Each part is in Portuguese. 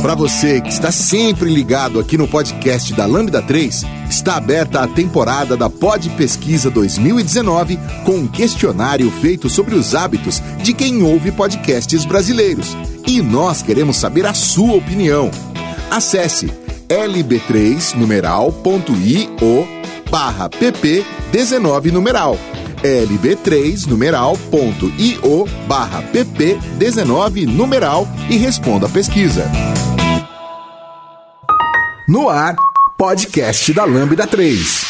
Para você que está sempre ligado aqui no podcast da Lambda 3, está aberta a temporada da Pod Pesquisa 2019 com um questionário feito sobre os hábitos de quem ouve podcasts brasileiros. E nós queremos saber a sua opinião. Acesse lb3numeral.io/pp19numeral lb3numeral.io/pp19numeral e responda a pesquisa. No ar, podcast da Lambda 3.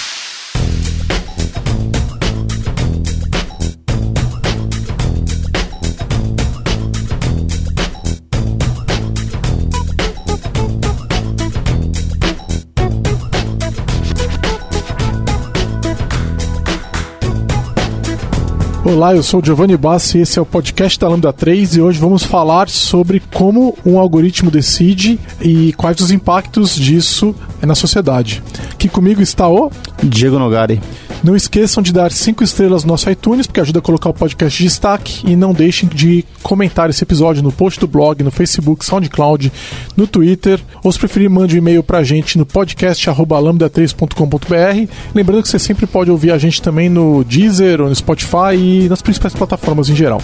Olá, eu sou o Giovanni Bassi e esse é o podcast da Lambda 3 e hoje vamos falar sobre como um algoritmo decide e quais os impactos disso na sociedade. Aqui comigo está o Diego Nogari. Não esqueçam de dar 5 estrelas no nosso iTunes, porque ajuda a colocar o podcast em destaque, e não deixem de comentar esse episódio no post do blog, no Facebook, SoundCloud, no Twitter, ou se preferir, mande um e-mail pra gente no podcast@lambda3.com.br. Lembrando que você sempre pode ouvir a gente também no Deezer, ou no Spotify e nas principais plataformas em geral.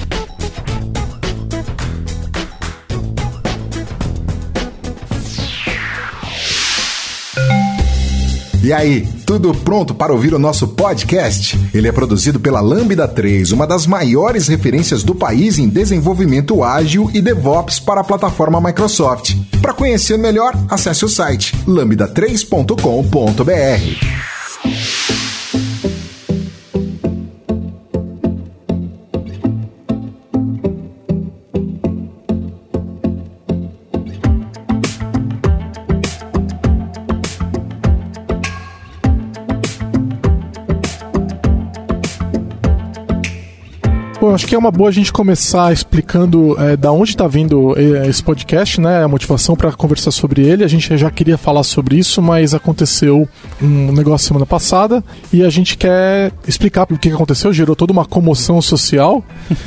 E aí, tudo pronto para ouvir o nosso podcast? Ele é produzido pela Lambda 3, uma das maiores referências do país em desenvolvimento ágil e DevOps para a plataforma Microsoft. Para conhecer melhor, acesse o site lambda3.com.br. Bom, acho que é uma boa a gente começar explicando da onde está vindo esse podcast, né? A motivação para conversar sobre ele. A gente já queria falar sobre isso, mas aconteceu um negócio semana passada e a gente quer explicar o que aconteceu. Gerou toda uma comoção social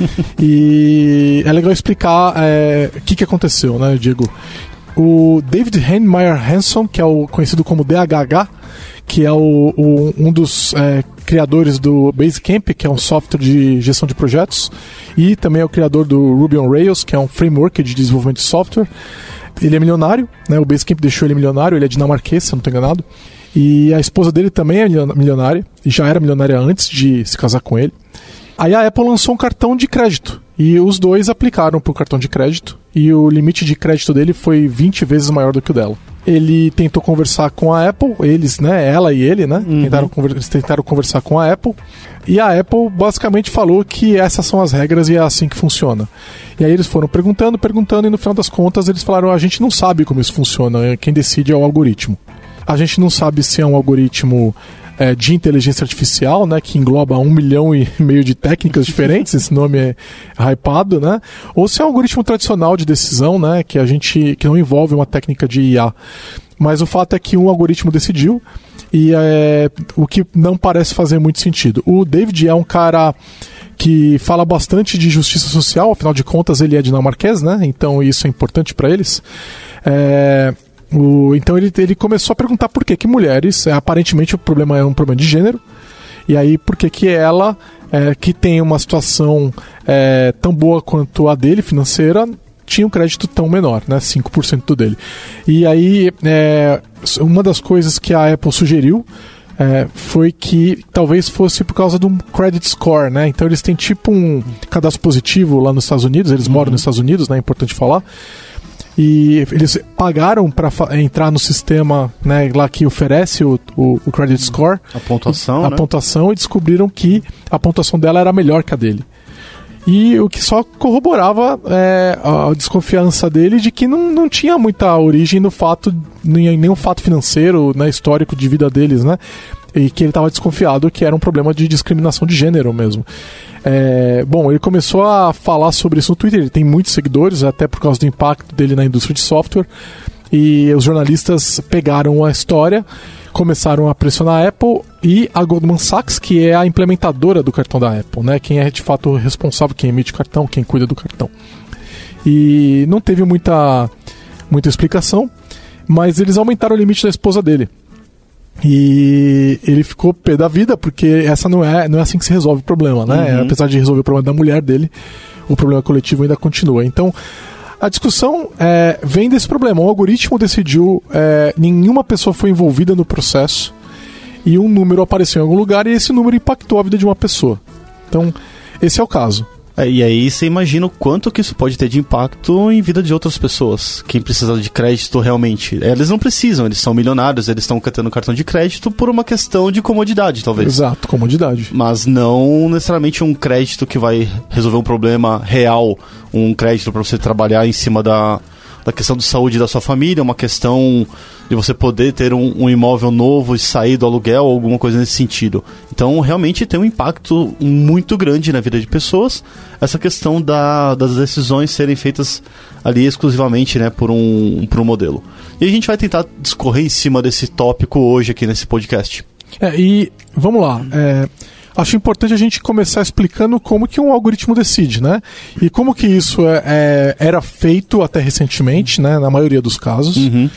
e é legal explicar o que aconteceu, né, Diego? O David Heinemeier Hansson, que é o conhecido como DHH, que é um dos criadores do Basecamp, que é um software de gestão de projetos, e também é o criador do Ruby on Rails, que é um framework de desenvolvimento de software. Ele é milionário, né? O Basecamp deixou ele milionário, ele é dinamarquês, se eu não estou enganado, e a esposa dele também é milionária, e já era milionária antes de se casar com ele. Aí a Apple lançou um cartão de crédito, e os dois aplicaram para o cartão de crédito, e o limite de crédito dele foi 20 vezes maior do que o dela. Ele tentou conversar com a Apple, eles, né, ela e ele, né, eles tentaram conversar com a Apple, e a Apple basicamente falou que essas são as regras e é assim que funciona. E aí eles foram perguntando, e no final das contas eles falaram, a gente não sabe como isso funciona, quem decide é o algoritmo. A gente não sabe se é um algoritmo de inteligência artificial, né, que engloba 1,5 milhão de técnicas diferentes, esse nome é hypado, né, ou se é um algoritmo tradicional de decisão, né, que não envolve uma técnica de IA. Mas o fato é que um algoritmo decidiu e o que não parece fazer muito sentido. O David é um cara que fala bastante de justiça social, afinal de contas ele é dinamarquês, né, então isso é importante para eles. Então ele começou a perguntar por que mulheres, aparentemente o problema é um problema de gênero, e aí por que ela, que tem uma situação tão boa quanto a dele, financeira, tinha um crédito tão menor, né, 5% dele. E aí uma das coisas que a Apple sugeriu foi que talvez fosse por causa de um credit score, né? Então eles têm tipo um cadastro positivo lá nos Estados Unidos, eles moram nos Estados Unidos, né, é importante falar. E eles pagaram para entrar no sistema, né, lá que oferece o credit score, a pontuação, a pontuação, e descobriram que a pontuação dela era melhor que a dele. E o que só corroborava a desconfiança dele de que não tinha muita origem no fato, nenhum fato financeiro, né, histórico de vida deles, né? E que ele estava desconfiado que era um problema de discriminação de gênero mesmo. Bom, ele começou a falar sobre isso no Twitter, ele tem muitos seguidores, até por causa do impacto dele na indústria de software, e os jornalistas pegaram a história, começaram a pressionar a Apple e a Goldman Sachs, que é a implementadora do cartão da Apple, né? Quem é de fato responsável, quem emite o cartão, quem cuida do cartão. E não teve muita muita explicação, mas eles aumentaram o limite da esposa dele. E ele ficou pé da vida, porque essa não é assim que se resolve o problema, né? Apesar de resolver o problema da mulher dele, o problema coletivo ainda continua. Então, a discussão vem desse problema. O algoritmo decidiu, nenhuma pessoa foi envolvida no processo, e um número apareceu em algum lugar, e esse número impactou a vida de uma pessoa. Então, esse é o caso. E aí você imagina o quanto que isso pode ter de impacto em vida de outras pessoas. Quem precisa de crédito realmente. Eles não precisam, eles são milionários, eles estão catando cartão de crédito por uma questão de comodidade, talvez. Exato, comodidade. Mas não necessariamente um crédito que vai resolver um problema real, um crédito para você trabalhar em cima da questão de saúde da sua família, uma questão de você poder ter um imóvel novo e sair do aluguel, alguma coisa nesse sentido. Então, realmente tem um impacto muito grande na vida de pessoas, essa questão das decisões serem feitas ali exclusivamente, né, por um modelo. E a gente vai tentar discorrer em cima desse tópico hoje aqui nesse podcast. E vamos lá, acho importante a gente começar explicando como que um algoritmo decide, né? E como que isso era feito até recentemente, né? Na maioria dos casos.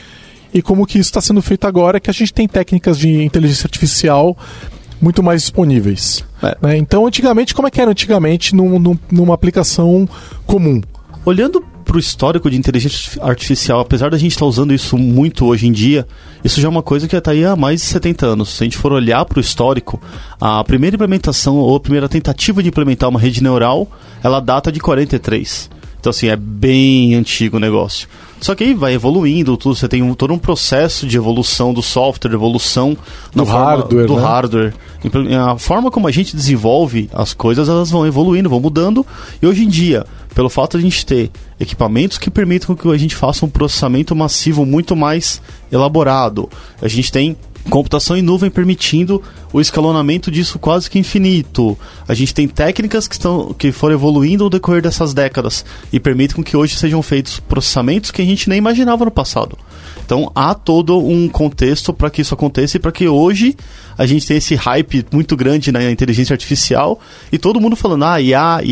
E como que isso está sendo feito agora, que a gente tem técnicas de inteligência artificial muito mais disponíveis. Né? Então, antigamente, como é que era antigamente numa aplicação comum? Olhando para o histórico de inteligência artificial, apesar da gente estar usando isso muito hoje em dia, isso já é uma coisa que está aí há mais de 70 anos. Se a gente for olhar para o histórico, a primeira implementação ou a primeira tentativa de implementar uma rede neural, ela data de 43. Então, assim, é bem antigo o negócio. Só que aí vai evoluindo tudo, você tem todo um processo de evolução do software, evolução do hardware. A forma como a gente desenvolve as coisas, elas vão evoluindo, vão mudando. E hoje em dia, pelo fato de a gente ter equipamentos que permitam que a gente faça um processamento massivo muito mais elaborado, a gente tem computação em nuvem permitindo o escalonamento disso quase que infinito. A gente tem técnicas que foram evoluindo ao decorrer dessas décadas e permitem com que hoje sejam feitos processamentos que a gente nem imaginava no passado. Então há todo um contexto para que isso aconteça e para que hoje a gente tenha esse hype muito grande na inteligência artificial e todo mundo falando IA.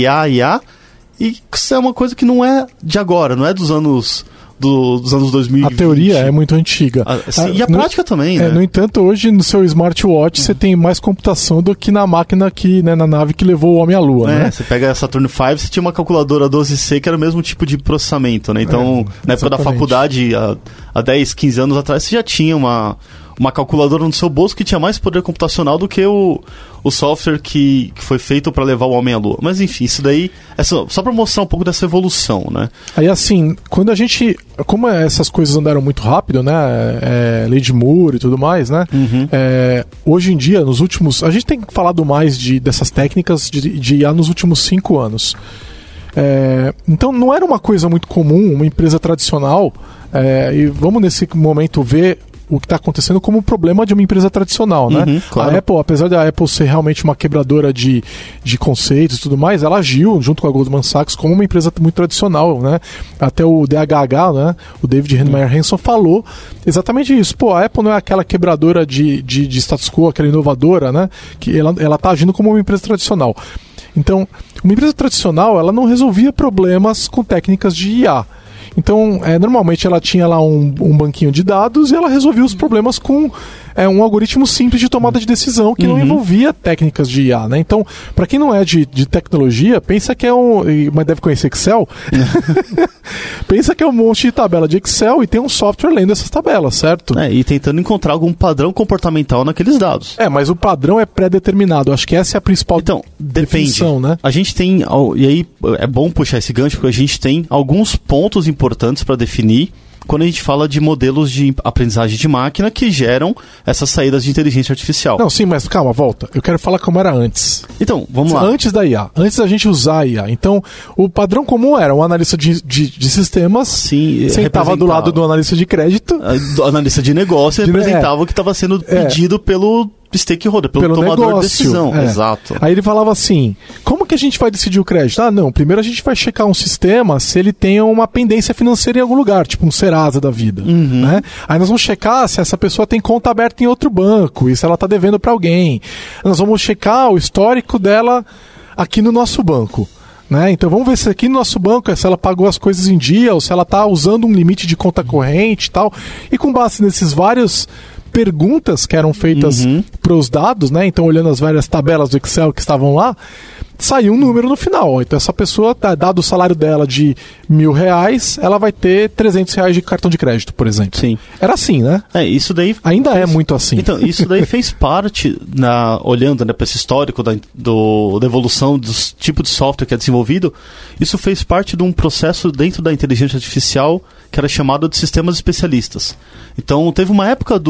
E isso é uma coisa que não é de agora, não é dos anos 2020. A teoria é muito antiga. E a prática também, né? No entanto, hoje no seu smartwatch você tem mais computação do que na máquina na nave que levou o homem à Lua, né? Você pega a Saturn V, você tinha uma calculadora 12C que era o mesmo tipo de processamento, né? Então, na época da faculdade, há 10, 15 anos atrás, você já tinha uma calculadora no seu bolso que tinha mais poder computacional do que o software que foi feito para levar o homem à Lua. Mas enfim, isso daí é só para mostrar um pouco dessa evolução, né? Aí assim, como essas coisas andaram muito rápido, né? Lei de Moore e tudo mais, né? Hoje em dia, a gente tem falado mais dessas técnicas de IA nos últimos 5 anos. Então não era uma coisa muito comum, uma empresa tradicional, e vamos nesse momento ver o que está acontecendo como um problema de uma empresa tradicional, né? Claro. A Apple, apesar da Apple ser realmente uma quebradora de conceitos e tudo mais, ela agiu junto com a Goldman Sachs como uma empresa muito tradicional, né? Até o DHH, né? O David Heinemeier Hansson falou exatamente isso. A Apple não é aquela quebradora de status quo, aquela inovadora, né? Que ela está agindo como uma empresa tradicional. Então, uma empresa tradicional, ela não resolvia problemas com técnicas de IA. Então, normalmente ela tinha lá um banquinho de dados e ela resolvia os problemas com um algoritmo simples de tomada de decisão que não envolvia técnicas de IA, né? Então, para quem não é de tecnologia, pensa que mas deve conhecer Excel, pensa que é um monte de tabela de Excel e tem um software lendo essas tabelas, certo? E tentando encontrar algum padrão comportamental naqueles dados. Mas o padrão é pré-determinado. Acho que essa é a principal definição, depende. Né? A gente tem, e aí é bom puxar esse gancho, porque a gente tem alguns pontos importantes para definir quando a gente fala de modelos de aprendizagem de máquina que geram essas saídas de inteligência artificial. Não, sim, mas calma, volta. Eu quero falar como era antes. Então, vamos lá. Antes da IA. Antes da gente usar a IA. Então, o padrão comum era um analista de sistemas, sentava do lado do analista de crédito. Do analista de negócio representava o que estava sendo pedido pelo stakeholder, pelo tomador negócio, de decisão. Exato. Aí ele falava assim, como que a gente vai decidir o crédito? Não, primeiro a gente vai checar um sistema se ele tem uma pendência financeira em algum lugar, tipo um Serasa da vida, né? Aí nós vamos checar se essa pessoa tem conta aberta em outro banco e se ela está devendo para alguém. Nós vamos checar o histórico dela aqui no nosso banco. né? Então vamos ver se aqui no nosso banco, se ela pagou as coisas em dia, ou se ela está usando um limite de conta corrente e tal. E com base nesses vários perguntas que eram feitas para os dados, né? Então olhando as várias tabelas do Excel que estavam lá, saiu um número no final. Então essa pessoa, dado o salário dela de R$1.000, ela vai ter R$300 de cartão de crédito, por exemplo. Sim. Era assim, né? Isso daí... Ainda é muito assim. Então, isso daí fez parte, olhando, né, para esse histórico da evolução dos tipos de software que é desenvolvido, isso fez parte de um processo dentro da inteligência artificial que era chamado de sistemas especialistas. Então, teve uma época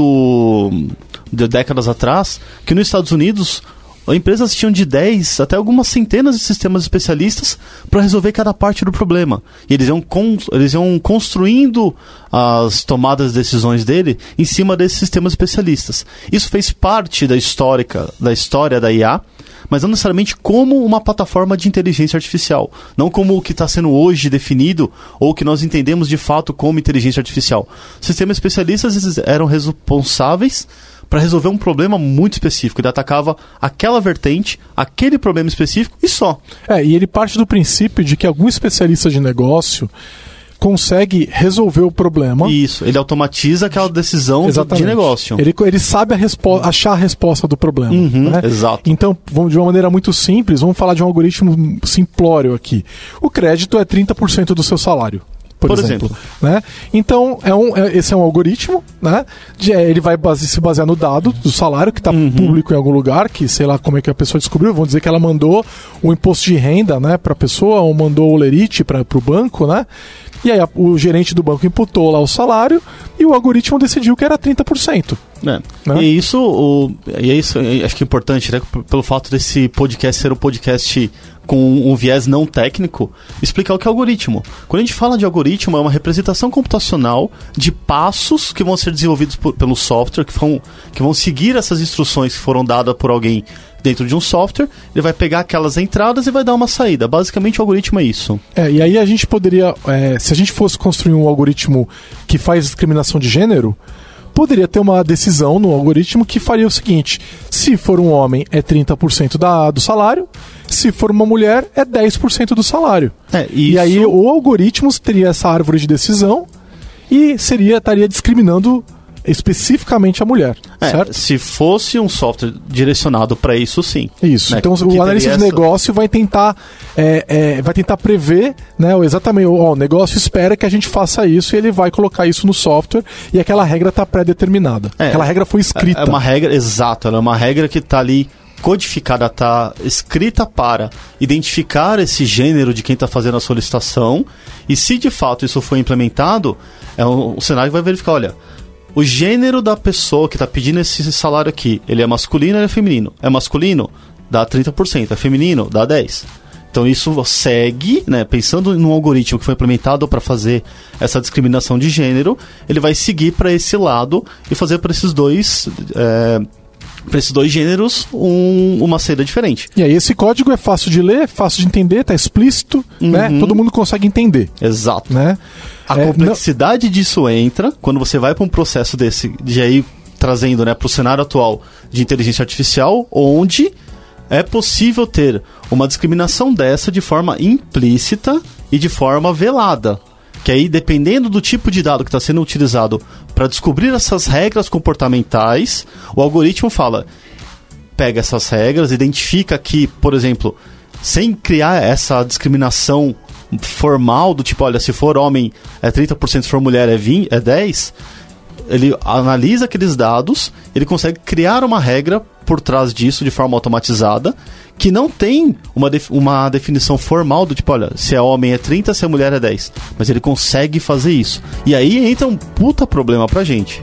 de décadas atrás que nos Estados Unidos empresas tinham de 10 até algumas centenas de sistemas especialistas para resolver cada parte do problema. E eles iam construindo as tomadas de decisões dele em cima desses sistemas especialistas. Isso fez parte da história da IA, mas não necessariamente como uma plataforma de inteligência artificial. Não como o que está sendo hoje definido ou que nós entendemos de fato como inteligência artificial. Sistemas especialistas eram responsáveis para resolver um problema muito específico. Ele atacava aquela vertente, aquele problema específico e só. E ele parte do princípio de que algum especialista de negócio consegue resolver o problema. Isso, ele automatiza aquela decisão de negócio. Ele sabe achar a resposta do problema. Né? Exato. Então, de uma maneira muito simples, vamos falar de um algoritmo simplório aqui. O crédito é 30% do seu salário. Por exemplo. Né? Então, esse é um algoritmo, né? Ele vai se basear no dado do salário, que está público em algum lugar, que sei lá como é que a pessoa descobriu. Vamos dizer que ela mandou o imposto de renda, né, para a pessoa, ou mandou o lerite para o banco, né? E aí o gerente do banco imputou lá o salário e o algoritmo decidiu que era 30%. Né? E isso acho que é importante, né? Pelo fato desse podcast ser um podcast com um viés não técnico, explicar o que é algoritmo. Quando a gente fala de algoritmo, é uma representação computacional de passos que vão ser desenvolvidos pelo software, que vão seguir essas instruções que foram dadas por alguém dentro de um software. Ele vai pegar aquelas entradas e vai dar uma saída. Basicamente o algoritmo é isso. E aí a gente poderia, se a gente fosse construir um algoritmo que faz discriminação de gênero, poderia ter uma decisão no algoritmo que faria o seguinte: se for um homem é 30% do salário, se for uma mulher é 10% do salário. E aí o algoritmo teria essa árvore de decisão e estaria discriminando especificamente a mulher, certo? Se fosse um software direcionado para isso, sim. Isso. Né? Então o analista de negócio vai tentar prever, né, exatamente, o negócio espera que a gente faça isso e ele vai colocar isso no software e aquela regra está pré-determinada. Aquela regra foi escrita. É uma regra, exato, ela é uma regra que está ali codificada, está escrita para identificar esse gênero de quem está fazendo a solicitação, e se de fato isso foi implementado, o cenário vai verificar, olha, o gênero da pessoa que está pedindo esse salário aqui, ele é masculino ou ele é feminino? É masculino? Dá 30%. É feminino? Dá 10%. Então isso segue, né, pensando num algoritmo que foi implementado para fazer essa discriminação de gênero, ele vai seguir para esse lado e fazer para esses dois gêneros uma saída diferente. E aí esse código é fácil de ler, fácil de entender, tá explícito, né? Todo mundo consegue entender. Exato. Né? A complexidade disso entra quando você vai para um processo desse, de aí trazendo, né, para o cenário atual de inteligência artificial, onde é possível ter uma discriminação dessa de forma implícita e de forma velada. Que aí, dependendo do tipo de dado que está sendo utilizado para descobrir essas regras comportamentais, o algoritmo pega essas regras, identifica que, por exemplo, sem criar essa discriminação formal do tipo, olha, se for homem é 30%, se for mulher é 10%, ele analisa aqueles dados, ele consegue criar uma regra por trás disso de forma automatizada, que não tem uma definição formal do tipo, olha, se é homem é 30, se é mulher é 10. Mas ele consegue fazer isso. E aí entra um puta problema pra gente.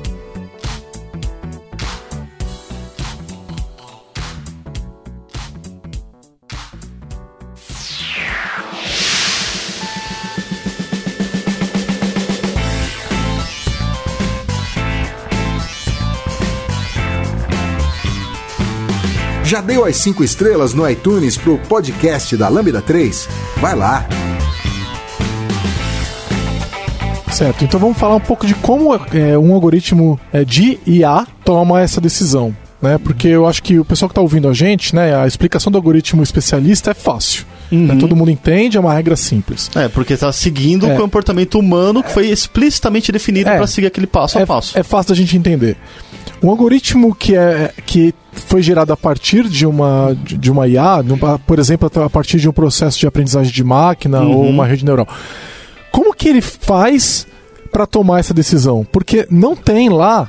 Já deu as 5 estrelas no iTunes pro podcast da Lambda 3? Vai lá! Certo, então vamos falar um pouco de como um algoritmo de IA toma essa decisão, né? Porque eu acho que o pessoal que está ouvindo a gente, né, a explicação do algoritmo especialista é fácil. Né? Todo mundo entende, é uma regra simples. Porque está seguindo o comportamento humano que foi explicitamente definido para seguir aquele passo a passo. É fácil da gente entender. Um algoritmo que foi gerado a partir de uma IA, por exemplo, a partir de um processo de aprendizagem de máquina ou uma rede neural, como que ele faz para tomar essa decisão? Porque não tem lá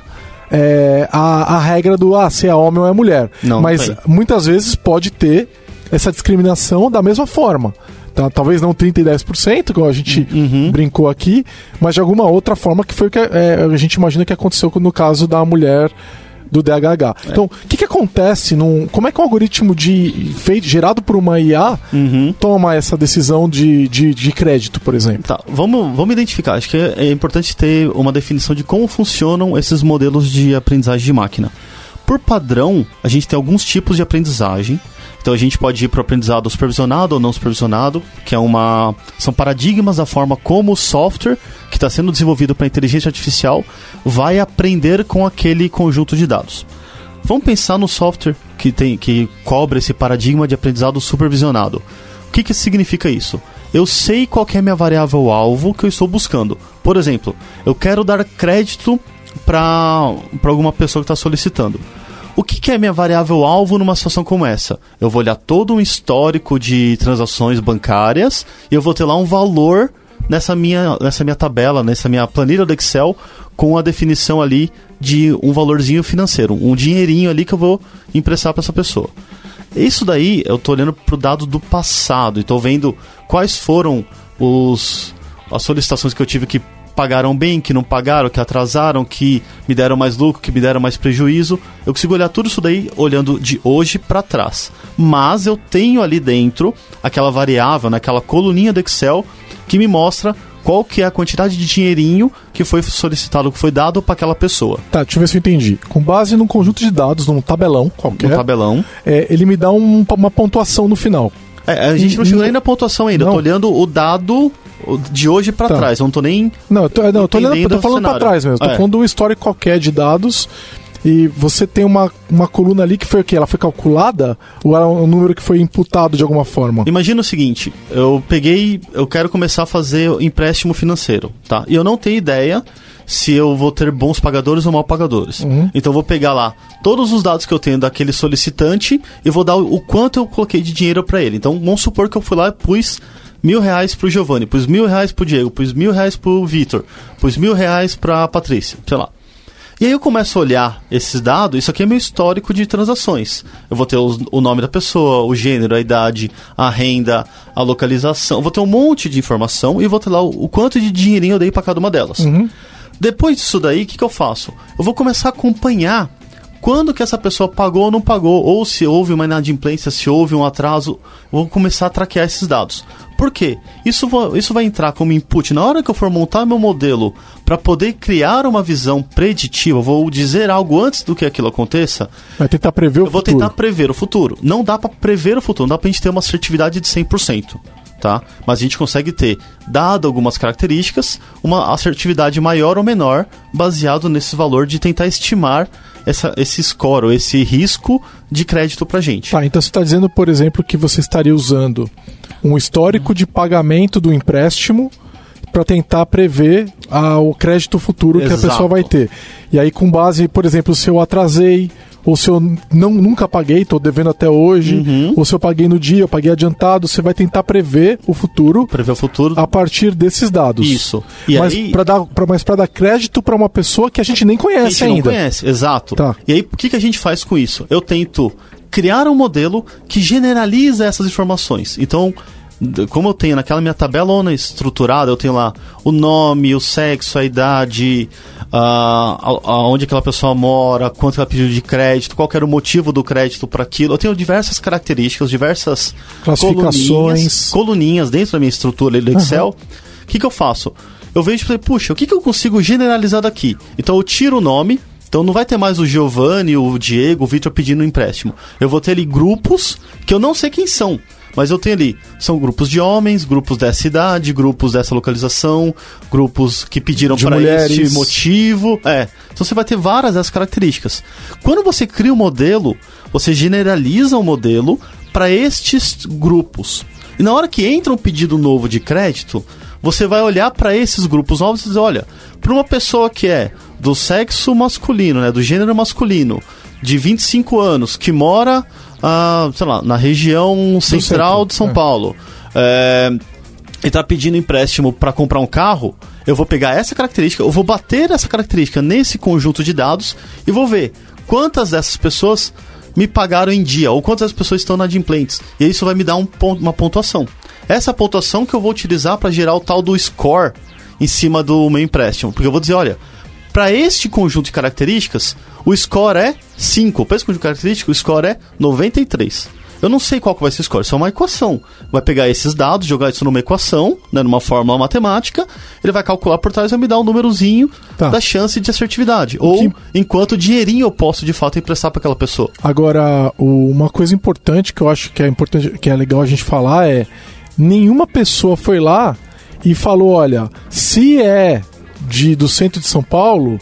a regra do se é homem ou é mulher. Mas muitas vezes pode ter essa discriminação da mesma forma. Tá? Talvez não 30% e 10%, como a gente brincou aqui, mas de alguma outra forma que foi o que a gente imagina que aconteceu no caso da mulher do DHH. Então, o que acontece como é que um algoritmo gerado por uma IA toma essa decisão de crédito, por exemplo? Tá, vamos identificar. Acho que é importante ter uma definição de como funcionam esses modelos de aprendizagem de máquina. Por padrão, a gente tem alguns tipos de aprendizagem. Então a gente pode ir para o aprendizado supervisionado ou não supervisionado, que são paradigmas da forma como o software que está sendo desenvolvido para inteligência artificial vai aprender com aquele conjunto de dados. Vamos pensar no software que cobra esse paradigma de aprendizado supervisionado. O que significa isso? Eu sei qual que é a minha variável-alvo que eu estou buscando. Por exemplo, eu quero dar crédito para alguma pessoa que está solicitando. O que é minha variável-alvo numa situação como essa? Eu vou olhar todo um histórico de transações bancárias e eu vou ter lá um valor nessa minha tabela, nessa minha planilha do Excel, com a definição ali de um valorzinho financeiro, um dinheirinho ali que eu vou emprestar para essa pessoa. Isso daí eu estou olhando para o dado do passado e estou vendo quais foram as solicitações que eu tive que pagaram bem, que não pagaram, que atrasaram, que me deram mais lucro, que me deram mais prejuízo. Eu consigo olhar tudo isso daí olhando de hoje para trás. Mas eu tenho ali dentro aquela variável, naquela coluninha do Excel, que me mostra qual que é a quantidade de dinheirinho que foi solicitado, que foi dado para aquela pessoa. Tá, deixa eu ver se eu entendi. Com base num conjunto de dados, num tabelão qualquer, ele me dá uma pontuação no final. A gente não chegou nem na pontuação ainda. Eu tô olhando o dado de hoje pra trás. Eu não tô nem. Eu tô falando pra trás mesmo. Tô falando de um histórico qualquer de dados. E você tem uma coluna ali que foi o quê? Ela foi calculada? Ou era um número que foi imputado de alguma forma? Imagina o seguinte: eu quero começar a fazer empréstimo financeiro, tá? E eu não tenho ideia se eu vou ter bons pagadores ou mal pagadores. Então eu vou pegar lá todos os dados que eu tenho daquele solicitante e vou dar o quanto eu coloquei de dinheiro para ele. Então vamos supor que eu fui lá e pus R$1.000 pro Giovanni, pus R$1.000 pro Diego, pus R$1.000 pro Vitor, pus R$1.000 pra Patrícia, sei lá. E aí eu começo a olhar esses dados, isso aqui é meu histórico de transações. Eu vou ter o nome da pessoa, o gênero, a idade, a renda, a localização. Eu vou ter um monte de informação e vou ter lá o quanto de dinheirinho eu dei para cada uma delas. Depois disso daí, o que eu faço? Eu vou começar a acompanhar quando que essa pessoa pagou ou não pagou, ou se houve uma inadimplência, se houve um atraso. Eu vou começar a traquear esses dados. Por quê? Isso vai entrar como input. Na hora que eu for montar meu modelo para poder criar uma visão preditiva, eu vou dizer algo antes do que aquilo aconteça. Vai tentar prever o futuro. Eu vou tentar prever o futuro. Não dá para prever o futuro, não dá para a gente ter uma assertividade de 100%. Tá? Mas a gente consegue ter, dado algumas características, uma assertividade maior ou menor, baseado nesse valor de tentar estimar esse score, ou esse risco de crédito pra gente. Tá, então você está dizendo, por exemplo, que você estaria usando um histórico de pagamento do empréstimo para tentar prever o crédito futuro que a pessoa vai ter. E aí, com base, por exemplo, se eu atrasei, ou se eu nunca paguei, estou devendo até hoje, ou se eu paguei no dia, eu paguei adiantado, você vai tentar prever o futuro a partir desses dados. Isso. Mas para dar crédito para uma pessoa que a gente nem conhece ainda. Não conhece, exato. Tá. E aí, o que a gente faz com isso? Eu tento criar um modelo que generaliza essas informações. Então, como eu tenho naquela minha tabelona estruturada, eu tenho lá o nome, o sexo, a idade, onde aquela pessoa mora, quanto ela pediu de crédito, qual era o motivo do crédito para aquilo. Eu tenho diversas características, diversas classificações, coluninhas dentro da minha estrutura do Excel. O que eu faço? Eu vejo e falei, puxa, o que eu consigo generalizar daqui? Então eu tiro o nome. Então não vai ter mais o Giovanni, o Diego, o Vitor pedindo um empréstimo. Eu vou ter ali grupos que eu não sei quem são. Mas eu tenho ali, são grupos de homens, grupos dessa idade, grupos dessa localização, grupos que pediram para esse motivo. Então você vai ter várias dessas características. Quando você cria um modelo, você generaliza o modelo para estes grupos. E na hora que entra um pedido novo de crédito, você vai olhar para esses grupos novos e dizer, olha, para uma pessoa que é do sexo masculino, né, do gênero masculino, de 25 anos, que mora, sei lá, na região central de São Paulo, e está pedindo empréstimo para comprar um carro, eu vou pegar essa característica, eu vou bater essa característica nesse conjunto de dados e vou ver quantas dessas pessoas me pagaram em dia, ou quantas pessoas estão inadimplentes. E isso vai me dar uma pontuação. Essa pontuação que eu vou utilizar para gerar o tal do score em cima do meu empréstimo. Porque eu vou dizer, olha, para este conjunto de características, o score é 5. Para esse conjunto de características, o score é 93. Eu não sei qual que vai ser o score, isso é uma equação. Vai pegar esses dados, jogar isso numa equação, né, numa fórmula matemática, ele vai calcular por trás e vai me dar um númerozinho da chance de assertividade. Ou enquanto dinheirinho eu posso, de fato, emprestar para aquela pessoa. Agora, uma coisa importante que eu acho que é importante, que é legal a gente falar é, nenhuma pessoa foi lá e falou, olha, se é do centro de São Paulo,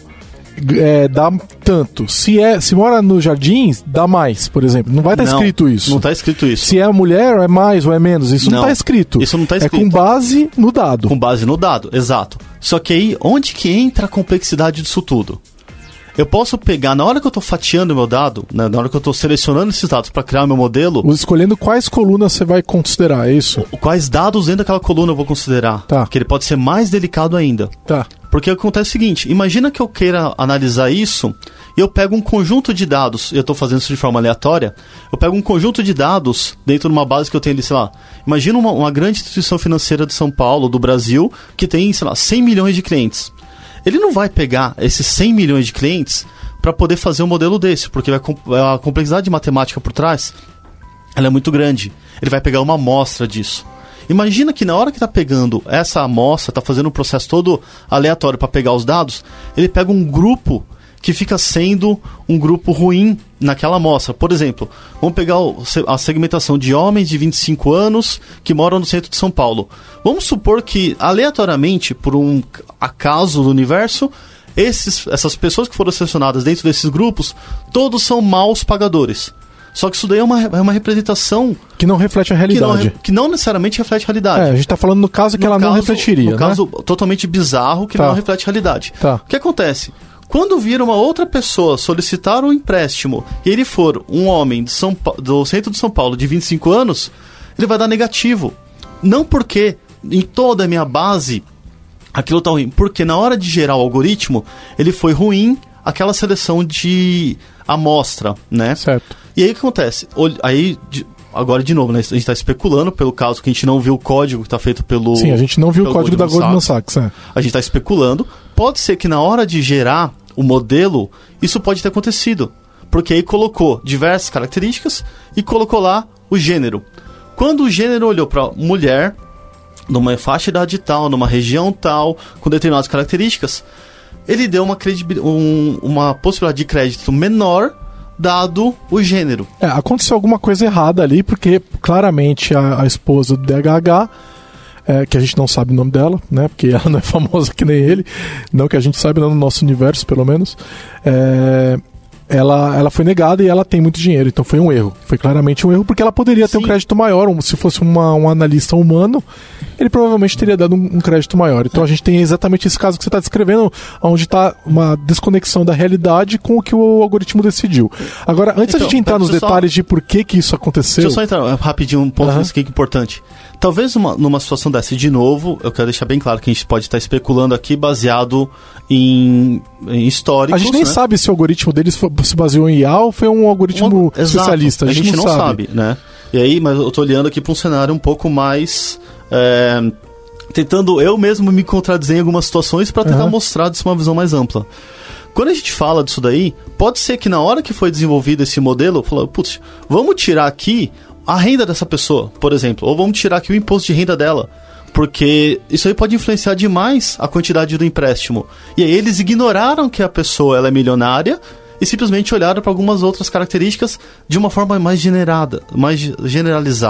dá tanto. Se mora nos Jardins, dá mais, por exemplo. Não vai estar escrito isso. Não está escrito isso. Se é mulher, é mais ou é menos. Isso não está escrito. Isso não está escrito. É com base no dado. Com base no dado, exato. Só que aí, onde que entra a complexidade disso tudo? Eu posso pegar, na hora que eu estou fatiando o meu dado, né, na hora que eu estou selecionando esses dados para criar o meu modelo... Escolhendo quais colunas você vai considerar, é isso? Quais dados dentro daquela coluna eu vou considerar. Tá. Porque ele pode ser mais delicado ainda. Tá. Porque acontece o seguinte, imagina que eu queira analisar isso e eu pego um conjunto de dados, e eu estou fazendo isso de forma aleatória, eu pego um conjunto de dados dentro de uma base que eu tenho ali, sei lá, imagina uma grande instituição financeira de São Paulo, do Brasil, que tem, sei lá, 100 milhões de clientes. Ele não vai pegar esses 100 milhões de clientes para poder fazer um modelo desse, porque a complexidade de matemática por trás, ela é muito grande. Ele vai pegar uma amostra disso. Imagina que na hora que está pegando essa amostra, está fazendo um processo todo aleatório para pegar os dados, ele pega um grupo que fica sendo um grupo ruim naquela amostra. Por exemplo, vamos pegar a segmentação de homens de 25 anos que moram no centro de São Paulo. Vamos supor que, aleatoriamente, por um acaso do universo, essas pessoas que foram selecionadas dentro desses grupos, todos são maus pagadores. Só que isso daí é uma representação... Que não reflete a realidade. Que não necessariamente reflete a realidade. A gente está falando no caso que ela não refletiria, no caso totalmente bizarro que não reflete a realidade. O que acontece? Quando vir uma outra pessoa solicitar um empréstimo e ele for um homem do centro de São Paulo de 25 anos, ele vai dar negativo. Não porque em toda a minha base aquilo está ruim, porque na hora de gerar o algoritmo, ele foi ruim aquela seleção de amostra, né? Certo. E aí o que acontece? Agora, de novo, né, a gente está especulando pelo caso que a gente não viu o código que está feito pelo... Sim, a gente não viu o código da Goldman Sachs. A gente está especulando. Pode ser que na hora de gerar o modelo, isso pode ter acontecido. Porque aí colocou diversas características e colocou lá o gênero. Quando o gênero olhou para mulher, numa faixa de idade tal, numa região tal, com determinadas características, ele deu uma possibilidade de crédito menor, dado o gênero. Aconteceu alguma coisa errada ali, porque claramente a esposa do DHH, que a gente não sabe o nome dela, né, porque ela não é famosa que nem ele, não que a gente saiba, não no nosso universo, pelo menos, ela foi negada e ela tem muito dinheiro, então foi um erro. Foi claramente um erro, porque ela poderia ter um crédito maior. Se fosse um analista humano, ele provavelmente teria dado um crédito maior. Então a gente tem exatamente esse caso que você está descrevendo, onde está uma desconexão da realidade com o que o algoritmo decidiu. Agora, antes da gente entrar nos detalhes de por que isso aconteceu... Deixa eu só entrar rapidinho, um ponto que é importante. Talvez numa situação dessa, de novo, eu quero deixar bem claro que a gente pode estar especulando aqui baseado em históricos. A gente nem sabe se o algoritmo deles se baseou em IA ou foi um algoritmo especialista. A gente não sabe, né? E aí, mas eu tô olhando aqui para um cenário um pouco mais... tentando eu mesmo me contradizer em algumas situações para tentar mostrar disso uma visão mais ampla. Quando a gente fala disso daí, pode ser que na hora que foi desenvolvido esse modelo, falou, putz, vamos tirar aqui a renda dessa pessoa, por exemplo, ou vamos tirar aqui o imposto de renda dela, porque isso aí pode influenciar demais a quantidade do empréstimo. E aí eles ignoraram que a pessoa ela é milionária e simplesmente olharam para algumas outras características de uma forma mais generalizada.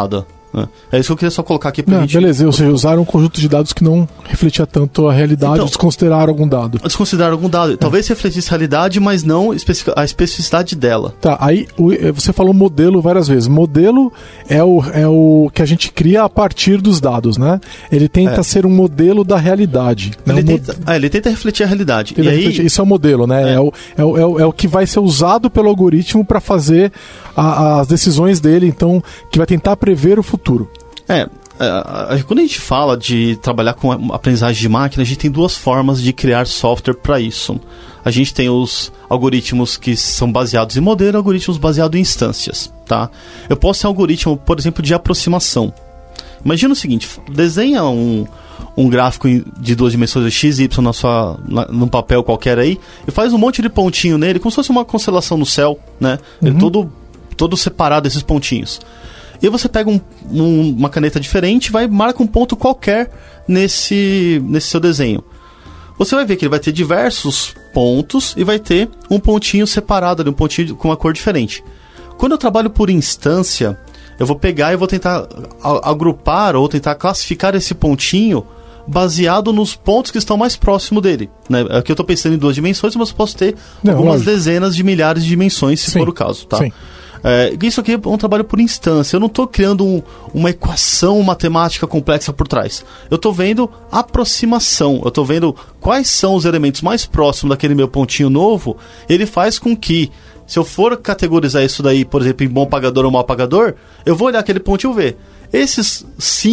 Né? É isso que eu queria só colocar aqui pra gente... Beleza, ou seja, usaram um conjunto de dados que não refletia tanto a realidade, então, desconsideraram algum dado. Desconsideraram algum dado. Talvez refletisse a realidade, mas não a especificidade dela. Tá, aí você falou modelo várias vezes. Modelo é o que a gente cria a partir dos dados, né? Ele tenta ser um modelo da realidade. Né? Ele tenta refletir a realidade. Isso é o modelo, né? É o que vai ser usado pelo algoritmo para fazer as decisões dele, então, que vai tentar prever o futuro. Quando a gente fala de trabalhar com aprendizagem de máquina, a gente tem duas formas de criar software para isso. A gente tem os algoritmos que são baseados em modelo e algoritmos baseados em instâncias, tá? Eu posso ter um algoritmo, por exemplo, de aproximação. Imagina o seguinte, desenha um gráfico de 2 dimensões x e y num papel qualquer aí e faz um monte de pontinho nele, como se fosse uma constelação no céu, né? Ele todo separado desses pontinhos. E você pega uma caneta diferente e marca um ponto qualquer nesse seu desenho. Você vai ver que ele vai ter diversos pontos e vai ter um pontinho separado ali, um pontinho com uma cor diferente. Quando eu trabalho por instância, eu vou pegar e vou tentar agrupar ou tentar classificar esse pontinho baseado nos pontos que estão mais próximos dele. Né? Aqui eu estou pensando em 2 dimensões, mas eu posso ter algumas dezenas de milhares de dimensões, se for o caso, tá? Sim. Isso aqui é um trabalho por instância. Eu não estou criando uma equação matemática complexa por trás. Eu estou vendo aproximação. Eu estou vendo quais são os elementos mais próximos daquele meu pontinho novo. Ele faz com que, se eu for categorizar isso daí, por exemplo, em bom pagador ou mau pagador, eu vou olhar aquele pontinho e ver. Esses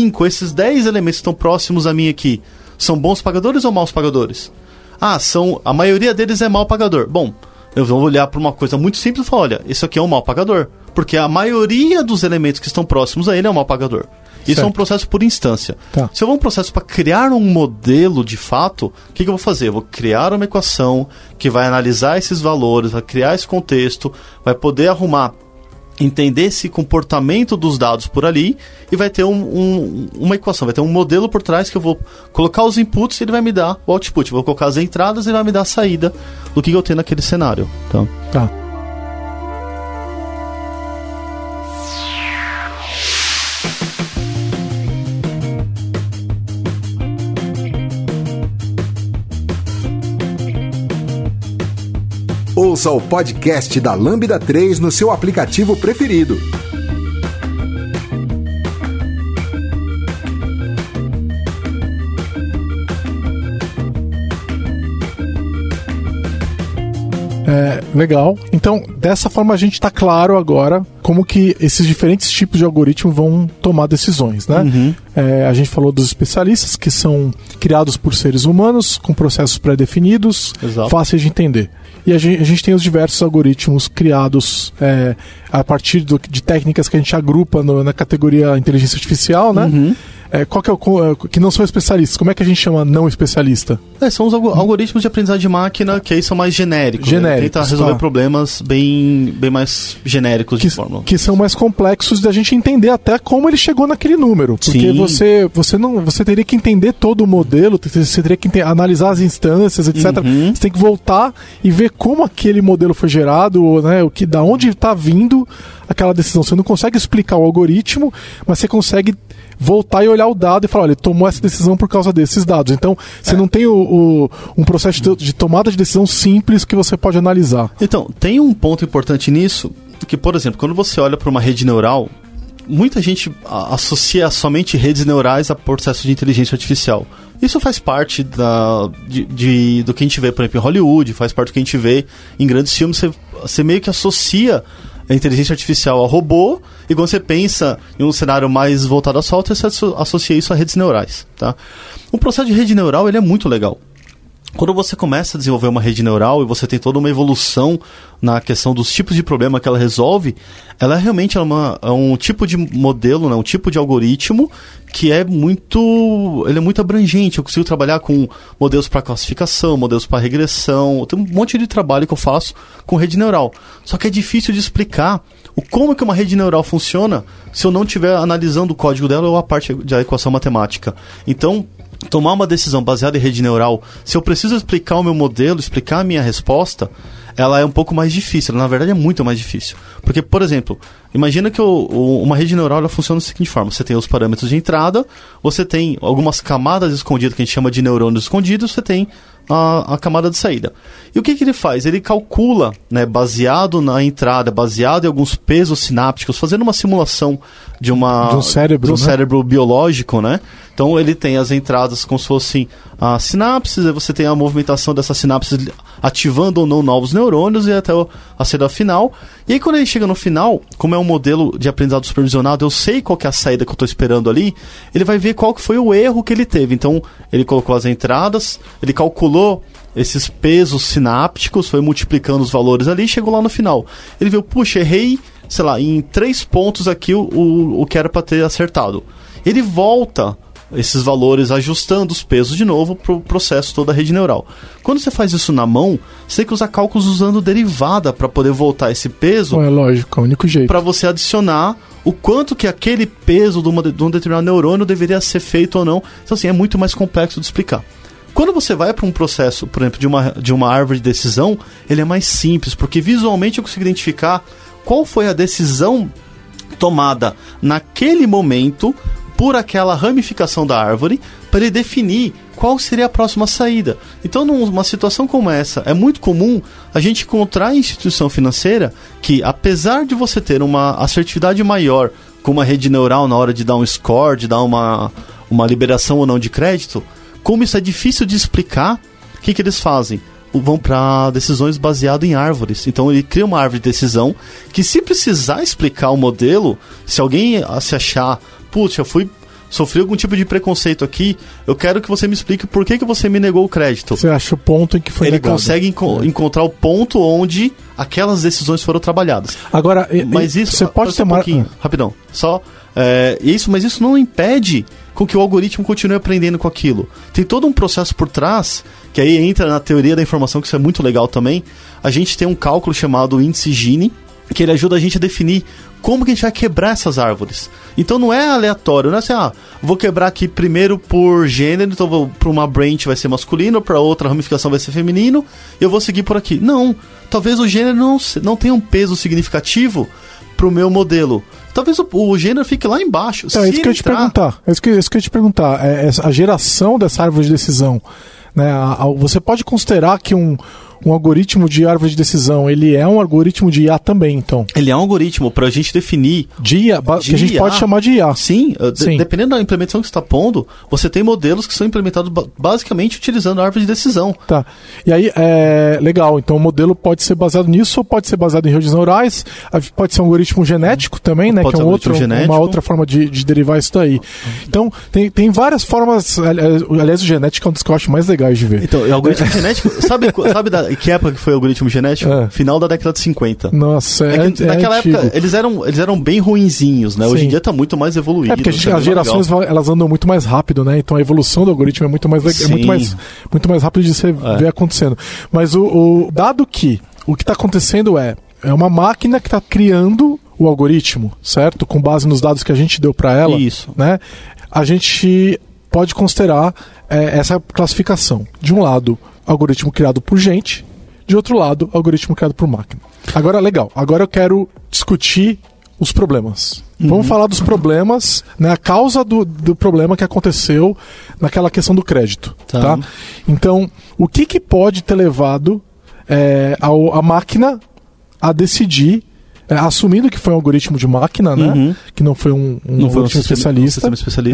10 elementos que estão próximos a mim aqui, são bons pagadores ou maus pagadores? A maioria deles é mau pagador. Bom, eu vou olhar para uma coisa muito simples e falar, olha, isso aqui é um mau pagador. Porque a maioria dos elementos que estão próximos a ele é um mau pagador. Isso é um processo por instância. Tá. Se eu vou um processo para criar um modelo de fato, o que eu vou fazer? Eu vou criar uma equação que vai analisar esses valores, vai criar esse contexto, vai poder entender esse comportamento dos dados por ali e vai ter uma equação, vai ter um modelo por trás que eu vou colocar os inputs e ele vai me dar o output. Eu vou colocar as entradas e ele vai me dar a saída do que eu tenho naquele cenário. Então, tá. Ouça o podcast da Lambda 3 no seu aplicativo preferido. Legal. Então, dessa forma a gente está claro agora como que esses diferentes tipos de algoritmo vão tomar decisões, né? A gente falou dos especialistas, que são criados por seres humanos, com processos pré-definidos, fáceis de entender. E a gente tem os diversos algoritmos criados a partir de técnicas que a gente agrupa na categoria inteligência artificial, né? Qual que é que não são especialistas? Como é que a gente chama não especialista? São os algoritmos de aprendizagem de máquina, que aí são mais genéricos. Né? Tenta resolver problemas bem mais genéricos de forma. Que são mais complexos da gente entender até como ele chegou naquele número. Porque você teria que entender todo o modelo, você teria que analisar as instâncias, etc. Você tem que voltar e ver como aquele modelo foi gerado, né? Da onde está vindo aquela decisão. Você não consegue explicar o algoritmo, mas você consegue voltar e olhar o dado e falar, olha, ele tomou essa decisão por causa desses dados. Então, você não tem um processo de tomada de decisão simples que você pode analisar. Então, tem um ponto importante nisso, que, por exemplo, quando você olha para uma rede neural, muita gente associa somente redes neurais a processo de inteligência artificial. Isso faz parte do que a gente vê, por exemplo, em Hollywood, faz parte do que a gente vê em grandes filmes. Você meio que associa a inteligência artificial ao robô, e quando você pensa em um cenário mais voltado a software, você associa isso a redes neurais, tá? O processo de rede neural, ele é muito legal. Quando você começa a desenvolver uma rede neural e você tem toda uma evolução na questão dos tipos de problema que ela resolve, ela realmente é um tipo de modelo, né? Um tipo de algoritmo que é muito abrangente. Eu consigo trabalhar com modelos para classificação, modelos para regressão, tem um monte de trabalho que eu faço com rede neural. Só que é difícil de explicar como que uma rede neural funciona se eu não estiver analisando o código dela ou a parte da equação matemática. Então, tomar uma decisão baseada em rede neural, se eu preciso explicar o meu modelo, explicar a minha resposta, ela é um pouco mais difícil. Na verdade, é muito mais difícil. Porque, por exemplo, imagina que uma rede neural ela funciona da seguinte forma. Você tem os parâmetros de entrada, você tem algumas camadas escondidas, que a gente chama de neurônios escondidos, você tem a camada de saída. E o que ele faz? Ele calcula, né, baseado na entrada, baseado em alguns pesos sinápticos, fazendo uma simulação de um cérebro biológico, né? Então ele tem as entradas como se fossem as sinapses, aí você tem a movimentação dessas sinapses ativando ou não novos neurônios e até a saída final. E aí quando ele chega no final, como é um modelo de aprendizado supervisionado, eu sei qual que é a saída que eu estou esperando ali, ele vai ver qual que foi o erro que ele teve. Então ele colocou as entradas, ele calculou esses pesos sinápticos, foi multiplicando os valores ali e chegou lá no final. Ele viu, puxa, errei, sei lá, em 3 pontos aqui o que era para ter acertado. Ele volta esses valores ajustando os pesos de novo para o processo todo da rede neural. Quando você faz isso na mão, você tem que usar cálculos usando derivada para poder voltar esse peso. É lógico, é o único jeito. Para você adicionar o quanto que aquele peso de um determinado neurônio deveria ser feito ou não. Então, assim, é muito mais complexo de explicar. Quando você vai para um processo, por exemplo, de uma árvore de decisão, ele é mais simples, porque visualmente eu consigo identificar qual foi a decisão tomada naquele momento por aquela ramificação da árvore, para ele definir qual seria a próxima saída. Então, numa situação como essa, é muito comum a gente encontrar em instituição financeira que, apesar de você ter uma assertividade maior com uma rede neural na hora de dar um score, de dar uma liberação ou não de crédito, como isso é difícil de explicar, o que eles fazem? Vão para decisões baseadas em árvores. Então ele cria uma árvore de decisão que, se precisar explicar o modelo, se alguém se achar, putz, eu sofri algum tipo de preconceito aqui, eu quero que você me explique por que você me negou o crédito. Você acha o ponto em que foi negado. Ele consegue encontrar o ponto onde aquelas decisões foram trabalhadas. Agora, mas isso, você pode ter rapidão, só mas isso não impede com que o algoritmo continue aprendendo com aquilo. Tem todo um processo por trás, que aí entra na teoria da informação, que isso é muito legal também. A gente tem um cálculo chamado índice Gini, que ele ajuda a gente a definir como que a gente vai quebrar essas árvores. Então não é aleatório, não é assim, vou quebrar aqui primeiro por gênero, então para uma branch vai ser masculino, para outra ramificação vai ser feminino, e eu vou seguir por aqui. Não, talvez o gênero não tenha um peso significativo para o meu modelo. Talvez o gênero fique lá embaixo. É isso que eu ia te perguntar. É isso que eu ia te perguntar. A geração dessa árvore de decisão, né? Você pode considerar que um algoritmo de árvore de decisão, ele é um algoritmo de IA também, então? Ele é um algoritmo para a gente definir... De IA, que a gente pode chamar de IA. Sim, dependendo da implementação que você está pondo, você tem modelos que são implementados basicamente utilizando a árvore de decisão. Tá. E aí, legal, então o modelo pode ser baseado nisso, ou pode ser baseado em redes neurais, pode ser um algoritmo genético também, né? Pode que é uma outra forma de derivar isso daí. Então, tem várias formas, aliás, o genético é um dos que eu acho mais legais de ver. Então, o algoritmo genético, sabe que época que foi o algoritmo genético? Final da década de 50. Nossa, naquela época eles eram bem ruinzinhos, né? Sim. Hoje em dia tá muito mais evoluído. Porque as gerações elas andam muito mais rápido, né? Então a evolução do algoritmo é muito mais muito mais rápido de você ver acontecendo. Mas dado que o que está acontecendo é uma máquina que está criando o algoritmo, certo? Com base nos dados que a gente deu para ela. Isso. Né? A gente pode considerar essa classificação. De um lado, algoritmo criado por gente, de outro lado, algoritmo criado por máquina. Agora, legal. Agora eu quero discutir os problemas. Vamos falar dos problemas, né? A causa do problema que aconteceu naquela questão do crédito. Tá? Então, o que pode ter levado a máquina a decidir, assumindo que foi um algoritmo de máquina, né? Que não foi um algoritmo especialista.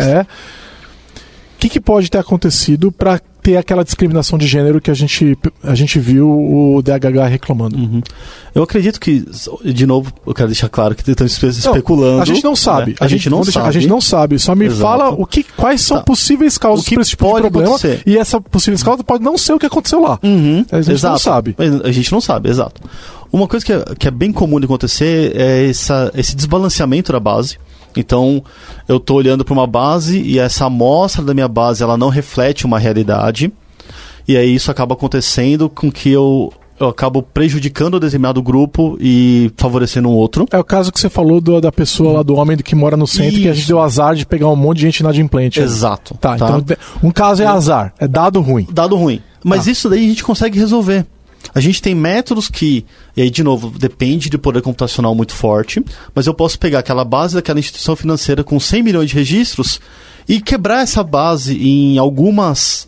O que pode ter acontecido para ter aquela discriminação de gênero que a gente viu o DHH reclamando? Eu acredito que, de novo, eu quero deixar claro que estão especulando. A gente não sabe. Né? A gente não sabe. Só me fala quais são possíveis causas para esse tipo de problema. Acontecer. E essa possível causa pode não ser o que aconteceu lá. A gente não sabe. A gente não sabe, exato. Uma coisa que é bem comum de acontecer é esse desbalanceamento da base. Então, eu estou olhando para uma base e essa amostra da minha base ela não reflete uma realidade. E aí isso acaba acontecendo com que eu acabo prejudicando um determinado grupo e favorecendo um outro. É o caso que você falou da pessoa lá, do homem que mora no centro, isso. Que a gente deu azar de pegar um monte de gente inadimplente. Exato. Tá, então um caso é azar, é dado ruim. Dado ruim. Mas isso daí a gente consegue resolver. A gente tem métodos que, e aí de novo, depende de poder computacional muito forte, mas eu posso pegar aquela base daquela instituição financeira com 100 milhões de registros e quebrar essa base em alguns